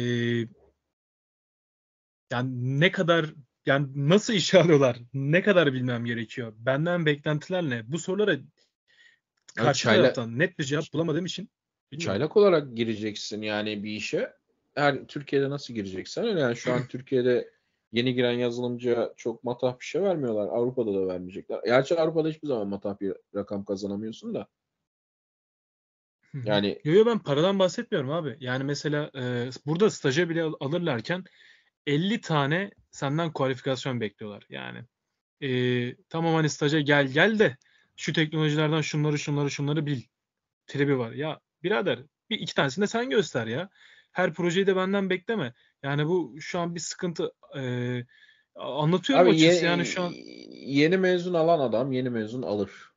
yani ne kadar yani nasıl işe alıyorlar? Ne kadar bilmem gerekiyor? Benden beklentiler ne? Bu sorulara Abi karşı çayla taraftan net bir cevap bulamadığım için bilmiyorum. çaylak olarak gireceksin yani bir işe. Her Türkiye'de nasıl gireceksen öyle yani şu an Türkiye'de yeni giren yazılımcıya çok matah bir şey vermiyorlar. Avrupa'da da vermeyecekler. Gerçi Avrupa'da hiçbir zaman matah bir rakam kazanamıyorsun da. Hı hı. Yani Yo yo ben paradan bahsetmiyorum abi. Yani mesela e, burada staja bile al- alırlarken elli tane senden kualifikasyon bekliyorlar. Yani e, tamam hani staja gel gel de şu teknolojilerden şunları şunları şunları bil. Tribi var. Ya birader bir iki tanesini de sen göster ya. Her projeyi de benden bekleme. Yani bu şu an bir sıkıntı. E, anlatıyorum abi açıkçası ye- yani şu an yeni mezun alan adam yeni mezun alır.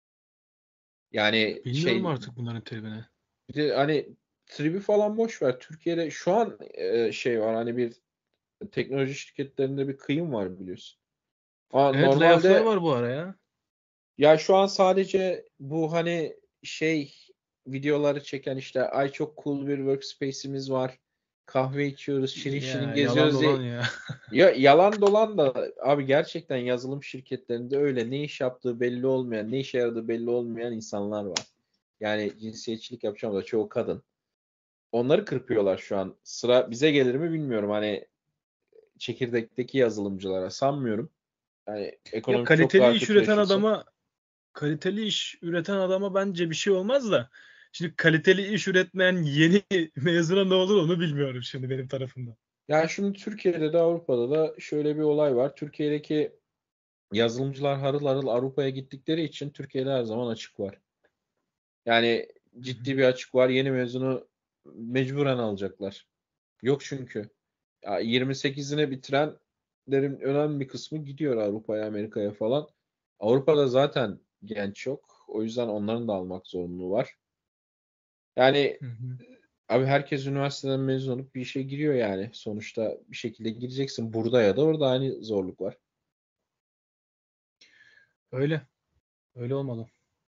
Yani bilmiyorum şey artık bunların tribine. bir de hani tribi falan boş ver. Türkiye'de şu an e, şey var hani bir teknoloji şirketlerinde bir kıyım var biliyorsun. Ama Evet layoff'lar normalde var bu ara ya. ya şu an sadece bu hani şey videoları çeken işte ay çok cool bir workspace'imiz var. Kahve içiyoruz, şirin şirin Ya yalan geziyoruz dolan diye. ya. Ya yalan dolan da abi gerçekten yazılım şirketlerinde öyle ne iş yaptığı belli olmayan, ne işe yaradığı belli olmayan insanlar var. Yani cinsiyetçilik yapacağım da çoğu kadın. Onları kırpıyorlar şu an. Sıra bize gelir mi bilmiyorum. Hani çekirdekteki yazılımcılara sanmıyorum. Yani Ya ekonomi çok kaliteli daha iş üreten kötüleşirse. adama kaliteli iş üreten adama bence bir şey olmaz da şimdi kaliteli iş üretmeyen yeni mezuna ne olur onu bilmiyorum şimdi benim tarafımda. Yani şimdi Türkiye'de de Avrupa'da da şöyle bir olay var. Türkiye'deki yazılımcılar harıl harıl Avrupa'ya gittikleri için Türkiye'de her zaman açık var. Yani Hı hı. ciddi bir açık var. Yeni mezunu mecburen alacaklar. Yok çünkü. Ya yirmi sekizine bitirenlerin önemli bir kısmı gidiyor Avrupa'ya, Amerika'ya falan. Avrupa'da zaten genç yok. O yüzden onların da almak zorunluluğu var. Yani Hı hı. Abi herkes üniversiteden mezun olup bir işe giriyor yani. Sonuçta bir şekilde gireceksin. Burada ya da orada aynı zorluk var. Öyle. Öyle olmalı.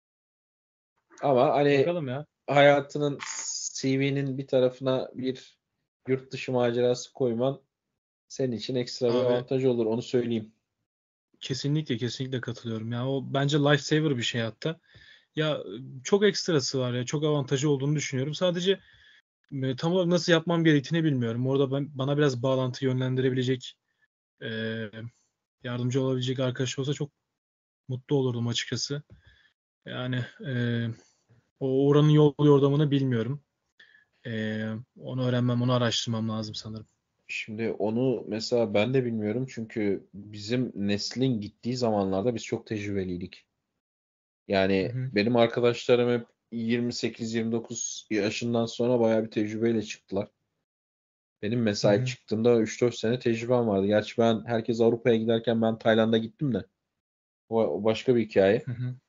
Ama hani Bakalım ya. hayatının C V'nin bir tarafına bir yurt dışı macerası koyman senin için ekstra bir Abi avantaj olur. Onu söyleyeyim. kesinlikle kesinlikle katılıyorum. Ya o bence lifesaver bir şey hatta. Ya çok ekstrası var ya. Çok avantajı olduğunu düşünüyorum. Sadece e, tam olarak nasıl yapmam gerektiğini bilmiyorum. Orada ben bana biraz bağlantı yönlendirebilecek, e, yardımcı olabilecek arkadaş olsa çok mutlu olurdum açıkçası. Yani e, o oranın yol yordamını bilmiyorum. E, onu öğrenmem, onu araştırmam lazım sanırım. Şimdi onu mesela ben de bilmiyorum çünkü bizim neslin gittiği zamanlarda biz çok tecrübeliydik. Hı Yani hı, benim arkadaşlarım hep yirmi sekiz yirmi dokuz yaşından sonra bayağı bir tecrübeyle çıktılar. Benim hı mesela hı, çıktığımda üç dört sene tecrübem vardı. Gerçi ben herkes Avrupa'ya giderken ben Tayland'a gittim de. O, o başka bir hikaye. hı hı.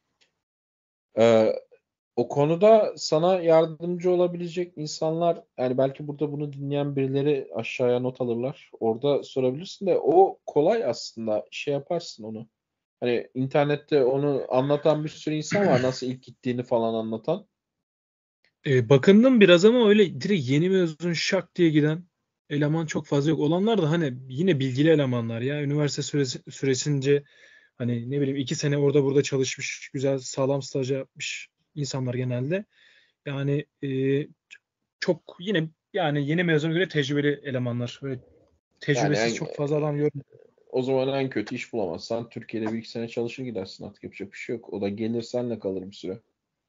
Ee, O konuda sana yardımcı olabilecek insanlar yani belki burada bunu dinleyen birileri aşağıya not alırlar. Orada sorabilirsin de o kolay aslında şey yaparsın onu. Hani internette onu anlatan bir sürü insan var nasıl ilk gittiğini falan anlatan. E, bakındım biraz ama öyle direkt yeni mezun şak diye giden eleman çok fazla yok. Olanlar da hani yine bilgili elemanlar ya. Üniversite süresi, süresince hani ne bileyim iki sene orada burada çalışmış, güzel sağlam staj yapmış insanlar genelde. Yani e, çok yine yani yeni mezuna göre tecrübeli elemanlar. Böyle Yani tecrübesiz en, çok fazla adam görmedim. o zaman en kötü iş bulamazsan Türkiye'de bir iki sene çalışır gidersin artık yapacak bir şey yok. O da gelir senle kalır bir süre.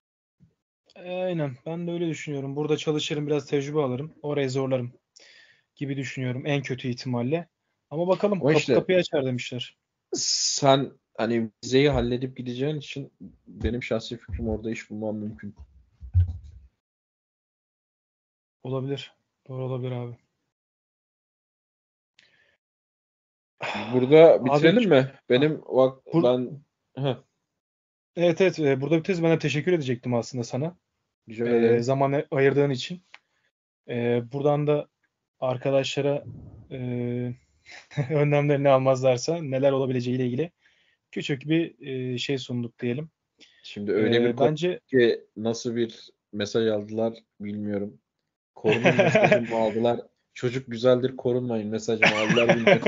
Aynen ben de öyle düşünüyorum. Burada çalışırım biraz tecrübe alırım. Orayı zorlarım gibi düşünüyorum en kötü ihtimalle. Ama bakalım Ama kapı işte kapıyı açar demişler. sen hani vizeyi halledip gideceğin için benim şahsi fikrim orada iş bulmam mümkün. Olabilir. Doğru olabilir abi. Burada Abi bitirelim mi? ah, Benim vak bur ben Heh, evet evet e, burada bir tez ben de teşekkür edecektim aslında sana. rica E, ederim. zaman ayırdığın için. E, buradan da arkadaşlara e, önlemlerini almazlarsa neler olabileceğiyle ilgili küçük bir e, şey sunduk diyelim. Şimdi öyle bir E, konu bence ki nasıl bir mesaj aldılar bilmiyorum. Korunun mesajımı aldılar. Çocuk güzeldir korunmayın mesajımı aldılar bilmiyorum.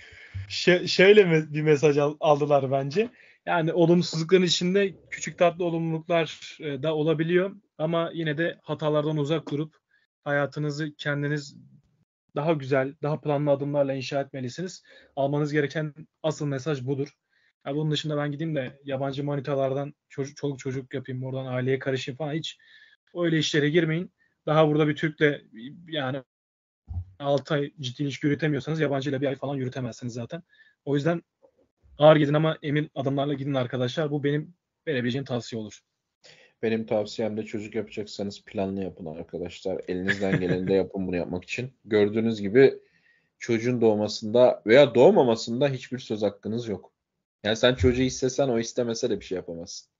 Şö- şöyle mi bir mesaj al- aldılar bence. Yani olumsuzlukların içinde küçük tatlı olumluluklar e, da olabiliyor. Ama yine de hatalardan uzak durup hayatınızı kendiniz daha güzel, daha planlı adımlarla inşa etmelisiniz. Almanız gereken asıl mesaj budur. Ya bunun dışında ben gideyim de yabancı manitalardan çocuk, çoluk çocuk yapayım, oradan aileye karışayım falan hiç öyle işlere girmeyin. Daha burada bir Türk'le yani altı ay ciddi ilişki yürütemiyorsanız yabancıyla bir ay falan yürütemezsiniz zaten. O yüzden ağır gidin ama emin adımlarla gidin arkadaşlar. Bu benim verebileceğim tavsiye olur. Benim tavsiyem de çocuk yapacaksanız planlı yapın arkadaşlar. Elinizden geleni de yapın bunu yapmak için. Gördüğünüz gibi çocuğun doğmasında veya doğmamasında hiçbir söz hakkınız yok. Yani sen çocuğu istesen o istemese de bir şey yapamazsın.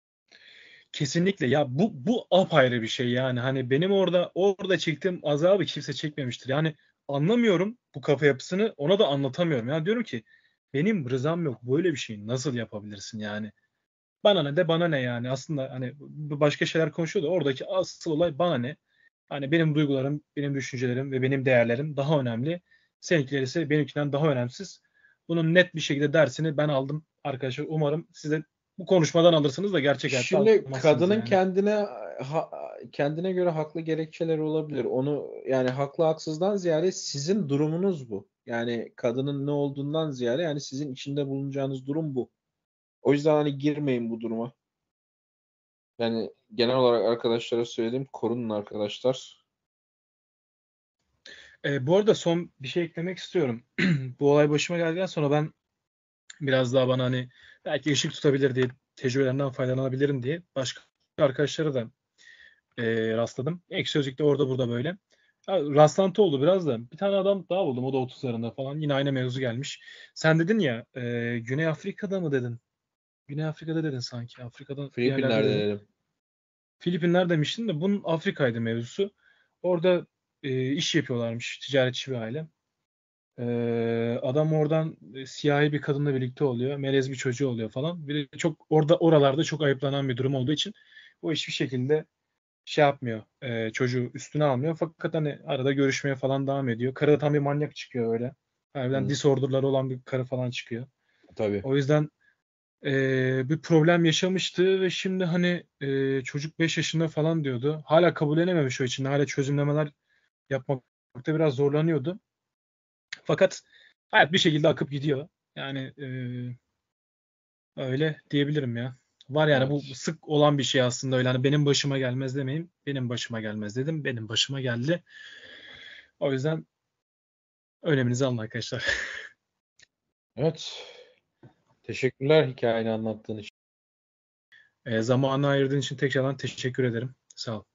Kesinlikle ya bu bu apayrı bir şey yani hani benim orada orada çektiğim azabı kimse çekmemiştir. Yani anlamıyorum bu kafa yapısını ona da anlatamıyorum. Yani diyorum ki benim rızam yok böyle bir şeyi nasıl yapabilirsin yani? Bana ne de bana ne yani aslında hani başka şeyler konuşuyor da oradaki asıl olay bana ne? Hani benim duygularım, benim düşüncelerim ve benim değerlerim daha önemli. Seninkiler ise benimkinden daha önemsiz. Bunun net bir şekilde dersini ben aldım arkadaşlar. Umarım siz de bu konuşmadan alırsınız da gerçek hayatta Şimdi almazsınız kadının yani. kendine ha- kendine göre haklı gerekçeleri olabilir. Onu yani haklı haksızdan ziyade sizin durumunuz bu. Yani kadının ne olduğundan ziyade yani sizin içinde bulunacağınız durum bu. O yüzden hani girmeyin bu duruma. Yani genel olarak arkadaşlara söyledim. Korunun arkadaşlar. E, bu arada son bir şey eklemek istiyorum. Bu olay başıma geldikten sonra ben biraz daha bana hani belki ışık tutabilir diye tecrübelerinden faydalanabilirim diye başka arkadaşlara da e, rastladım. Ek sözlükte orada burada böyle. Ha, rastlantı oldu biraz da. Bir tane adam daha buldum. O da otuzlarında falan. Yine aynı mevzu gelmiş. Sen dedin ya e, Güney Afrika'da mı dedin? Güney Afrika'da dedin sanki. Afrika'da bir yerlerde Filipinler'de dedin. dedim. Filipinler demiştin de bunun Afrika'ydı mevzusu. Orada e, iş yapıyorlarmış. Ticaretçi bir aile. E, adam oradan e, siyahi bir kadınla birlikte oluyor. Melez bir çocuğu oluyor falan. Bir de çok orada oralarda çok ayıplanan bir durum olduğu için o hiçbir şekilde şey yapmıyor. E, çocuğu üstüne almıyor. Fakat hani arada görüşmeye falan devam ediyor. Karı da tam bir manyak çıkıyor öyle. Harbiden Hı, disorderları olan bir karı falan çıkıyor. tabii. O yüzden e, bir problem yaşamıştı ve şimdi hani e, çocuk beş yaşında falan diyordu. Hala kabullenememiş o için. Hala çözümlemeler yapmakta biraz zorlanıyordu. Fakat hayat bir şekilde akıp gidiyor. Yani e, öyle diyebilirim ya. Var yani bu Evet. sık olan bir şey aslında öyle. Hani benim başıma gelmez demeyin. Benim başıma gelmez dedim. Benim başıma geldi. O yüzden öneminizi alın arkadaşlar. Evet. Teşekkürler hikayeni anlattığın için. E, zamanı ayırdığın için tekrardan teşekkür ederim. Sağ ol.